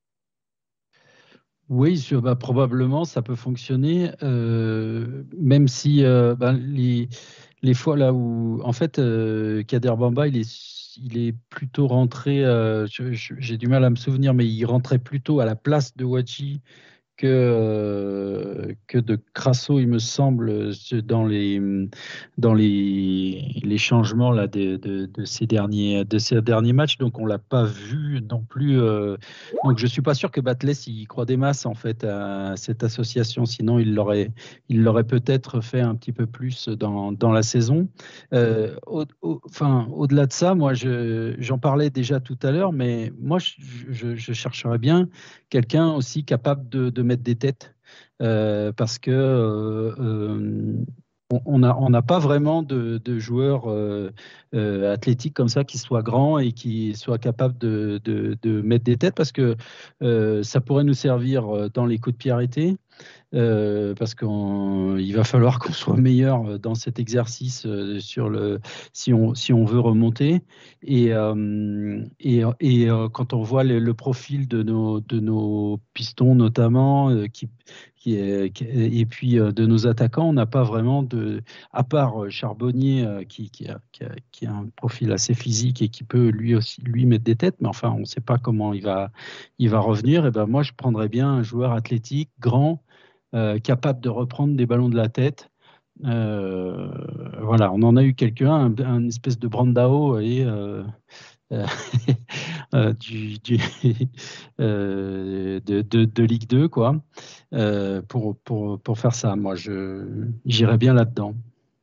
Oui, je- bah, probablement ça peut fonctionner, euh, même si euh, ben, les, les fois là où, en fait, euh, Kader Bamba, il est, il est plutôt rentré, euh, je- je- j'ai du mal à me souvenir, mais il rentrait plutôt à la place de Wadji que, euh, que de Crasso, il me semble, dans les, dans les, les changements là, de, de, de ces derniers, de ces derniers matchs. Donc, on ne l'a pas vu non plus. euh, donc, je ne suis pas sûr que Batles il croit des masses en fait à cette association. Sinon, il l'aurait, il l'aurait peut-être fait un petit peu plus dans, dans la saison. Euh, au, au, enfin, au-delà de ça, moi, je, j'en parlais déjà tout à l'heure, mais moi, je, je, je chercherais bien quelqu'un aussi capable de, de mettre des têtes. Euh, parce que euh, euh, on n'a on n'a pas vraiment de, de joueurs euh, euh, athlétiques comme ça qui soient grands et qui soient capables de, de, de mettre des têtes parce que euh, ça pourrait nous servir dans les coups de pied arrêtés. Euh, parce qu'il va falloir qu'on soit meilleur dans cet exercice euh, sur le, si, on, si on veut remonter. Et, euh, et, et euh, quand on voit le, le profil de nos, de nos pistons notamment, euh, qui, qui est, qui est- et puis euh, de nos attaquants, on n'a pas vraiment de, à part euh, Charbonnier euh, qui, qui, a, qui, a, qui a un profil assez physique et qui peut lui aussi lui mettre des têtes, mais enfin on ne sait pas comment il va, il va revenir. Et ben moi je prendrais bien un joueur athlétique, grand, euh, capable de reprendre des ballons de la tête. Euh, voilà, on en a eu quelques-uns, un, un espèce de Brandao et euh, euh, euh, du, du euh, de, de, de Ligue deux, quoi, euh, pour, pour, pour faire ça. Moi, je j'irais bien là-dedans.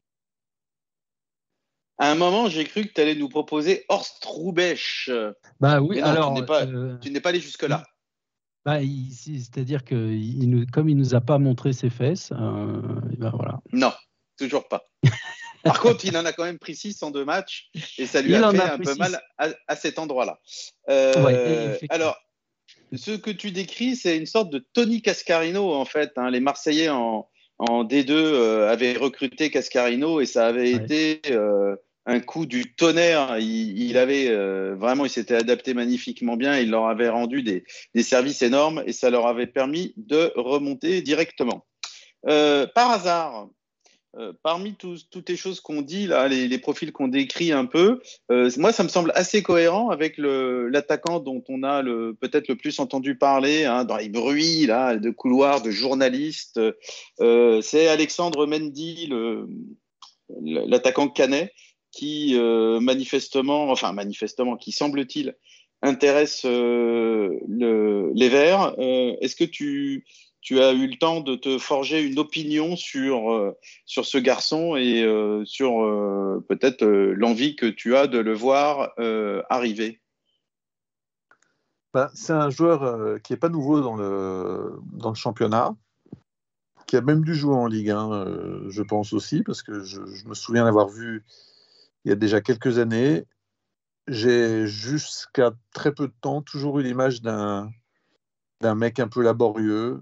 À un moment, j'ai cru que tu allais nous proposer Horst Hrubesch. Bah oui, Mais non, tu n'es alors, pas, euh, tu n'es pas allé il- jusque-là. bah, il- c'est-à-dire que il nous, comme il nous a pas montré ses fesses, euh, et ben voilà. Non, toujours pas. Par contre, il en a quand même pris six en deux matchs et ça lui a Il en fait a un pris peu six. mal à, à cet endroit-là. Ouais, Euh, effectivement. alors, ce que tu décris, c'est une sorte de Tony Cascarino, en fait. Hein. Les Marseillais en, en D deux euh, avaient recruté Cascarino et ça avait Ouais. été euh, un coup du tonnerre. Il, il avait euh, vraiment, il s'était adapté magnifiquement bien. Il leur avait rendu des, des services énormes et ça leur avait permis de remonter directement. Euh, par hasard, euh, parmi tous- toutes les choses qu'on dit, là, les, les profils qu'on décrit un peu, euh, moi, ça me semble assez cohérent avec le, l'attaquant dont on a le, peut-être le plus entendu parler hein, dans les bruits là, de couloirs, de journalistes. Euh, c'est Alexandre Mendy, le, l'attaquant canet, qui euh, manifestement, enfin manifestement, qui semble-t-il intéresse euh, le, les Verts. Euh, est-ce que tu, tu as eu le temps de te forger une opinion sur, euh, sur ce garçon et euh, sur euh, peut-être euh, l'envie que tu as de le voir euh, arriver? Bah, c'est un joueur euh, qui n'est pas nouveau dans le, dans le championnat. qui a même dû jouer en Ligue un, euh, je pense aussi, parce que je, je me souviens l'avoir vu il y a déjà quelques années. J'ai jusqu'à très peu de temps toujours eu l'image d'un, d'un mec un peu laborieux,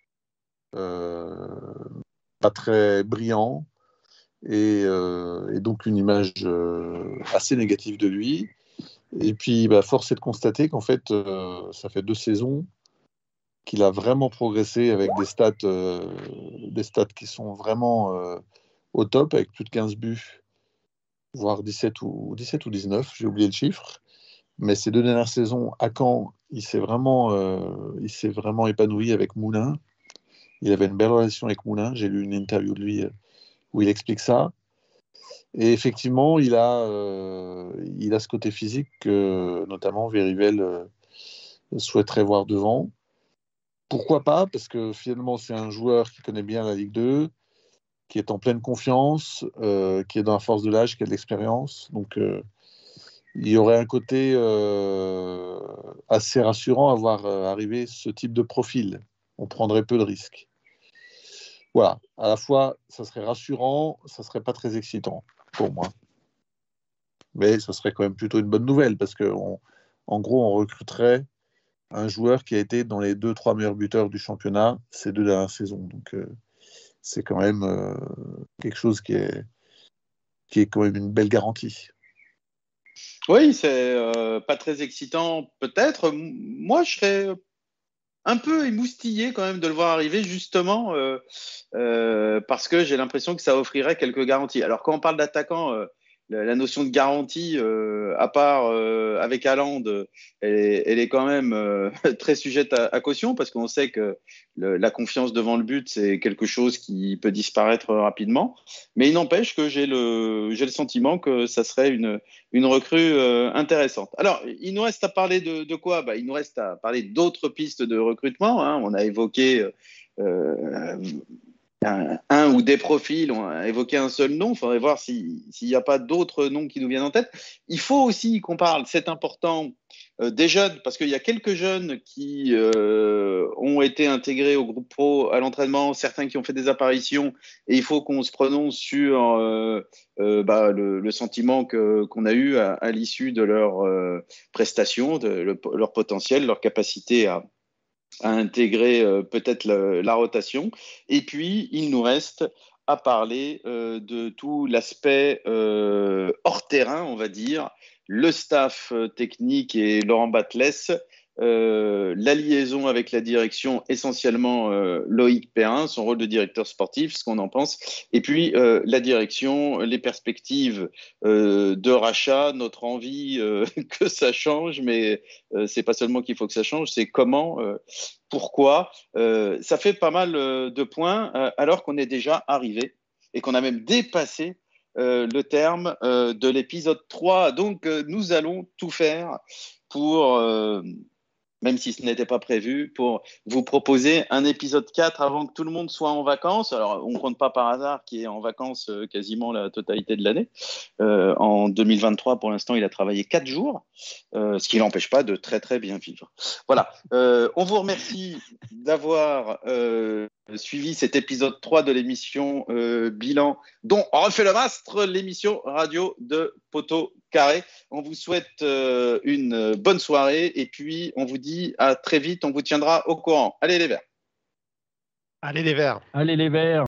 euh, pas très brillant, et, euh, et donc une image euh, assez négative de lui. Et puis, bah, force est de constater qu'en fait, euh, ça fait deux saisons qu'il a vraiment progressé avec des stats, euh, des stats qui sont vraiment euh, au top, avec plus de quinze buts, voire dix-sept ou, dix-sept ou dix-neuf, j'ai oublié le chiffre. Mais ces deux dernières saisons, à Caen, il s'est vraiment, euh, il s'est vraiment épanoui avec Moulin. Il avait une belle relation avec Moulin. J'ai lu une interview de lui où il explique ça. Et effectivement, il a, euh, il a ce côté physique que notamment Verivel euh, souhaiterait voir devant. Pourquoi pas? Parce que finalement, c'est un joueur qui connaît bien la Ligue deux, qui est en pleine confiance, euh, qui est dans la force de l'âge, qui a de l'expérience. Donc, euh, il y aurait un côté euh, assez rassurant à voir euh, arriver ce type de profil. On prendrait peu de risques. Voilà. À la fois, ça serait rassurant, ça serait pas très excitant pour moi. Mais ça serait quand même plutôt une bonne nouvelle parce qu'en gros, on recruterait un joueur qui a été dans les deux, trois meilleurs buteurs du championnat ces deux dernières saisons. Donc, euh, c'est quand même euh, quelque chose qui est, qui est quand même une belle garantie. Oui, c'est euh, pas très excitant peut-être. M- Moi, je serais un peu émoustillé quand même de le voir arriver justement euh, euh, parce que j'ai l'impression que ça offrirait quelques garanties. Alors quand on parle d'attaquant, euh, la, la notion de garantie, euh, à part euh, avec Haaland, euh, elle, est- elle est quand même euh, très sujette à, à caution parce qu'on sait que le- la confiance devant le but, c'est quelque chose qui peut disparaître rapidement. Mais il n'empêche que j'ai le, j'ai le sentiment que ça serait une, une recrue euh, intéressante. Alors, il nous reste à parler de, de quoi? Bah, il nous reste à parler d'autres pistes de recrutement, hein. On a évoqué euh, un, un ou des profils, on a évoqué un seul nom. Il faudrait voir si- s'il n'y a pas d'autres noms qui nous viennent en tête. Il faut aussi qu'on parle, c'est important, euh, des jeunes, parce qu'il y a quelques jeunes qui euh, ont été intégrés au groupe pro à l'entraînement, certains qui ont fait des apparitions, et il faut qu'on se prononce sur euh, euh, bah, le, le sentiment que, qu'on a eu à, à l'issue de leur euh, prestation, de le- leur potentiel, leur capacité à à intégrer euh, peut-être la, la rotation. Et puis, il nous reste à parler euh, de tout l'aspect euh, hors terrain, on va dire, le staff euh, technique et Laurent Batles, euh, la liaison avec la direction, essentiellement euh, Loïc Perrin, son rôle de directeur sportif, ce qu'on en pense, et puis euh, la direction, les perspectives euh, de rachat, notre envie euh, que ça change, mais euh, c'est pas seulement qu'il faut que ça change, c'est comment, euh, pourquoi. Euh, ça fait pas mal euh, de points euh, alors qu'on est déjà arrivé et qu'on a même dépassé euh, le terme euh, de l'épisode trois. Donc, euh, nous allons tout faire pour, euh, même si ce n'était pas prévu, pour vous proposer un épisode quatre avant que tout le monde soit en vacances. Alors, on ne compte pas par hasard qui est en vacances euh, quasiment la totalité de l'année. Euh, en deux mille vingt-trois, pour l'instant, il a travaillé quatre jours, euh, ce qui n'empêche pas de très très bien vivre. Voilà. Euh, on vous remercie d'avoir euh, suivi cet épisode trois de l'émission euh, Bilan, dont on refait le mastre, l'émission radio de Poteau Carré. On vous souhaite euh, une bonne soirée et puis on vous dit à très vite. On vous tiendra au courant. Allez les Verts. Allez les Verts. Allez les Verts!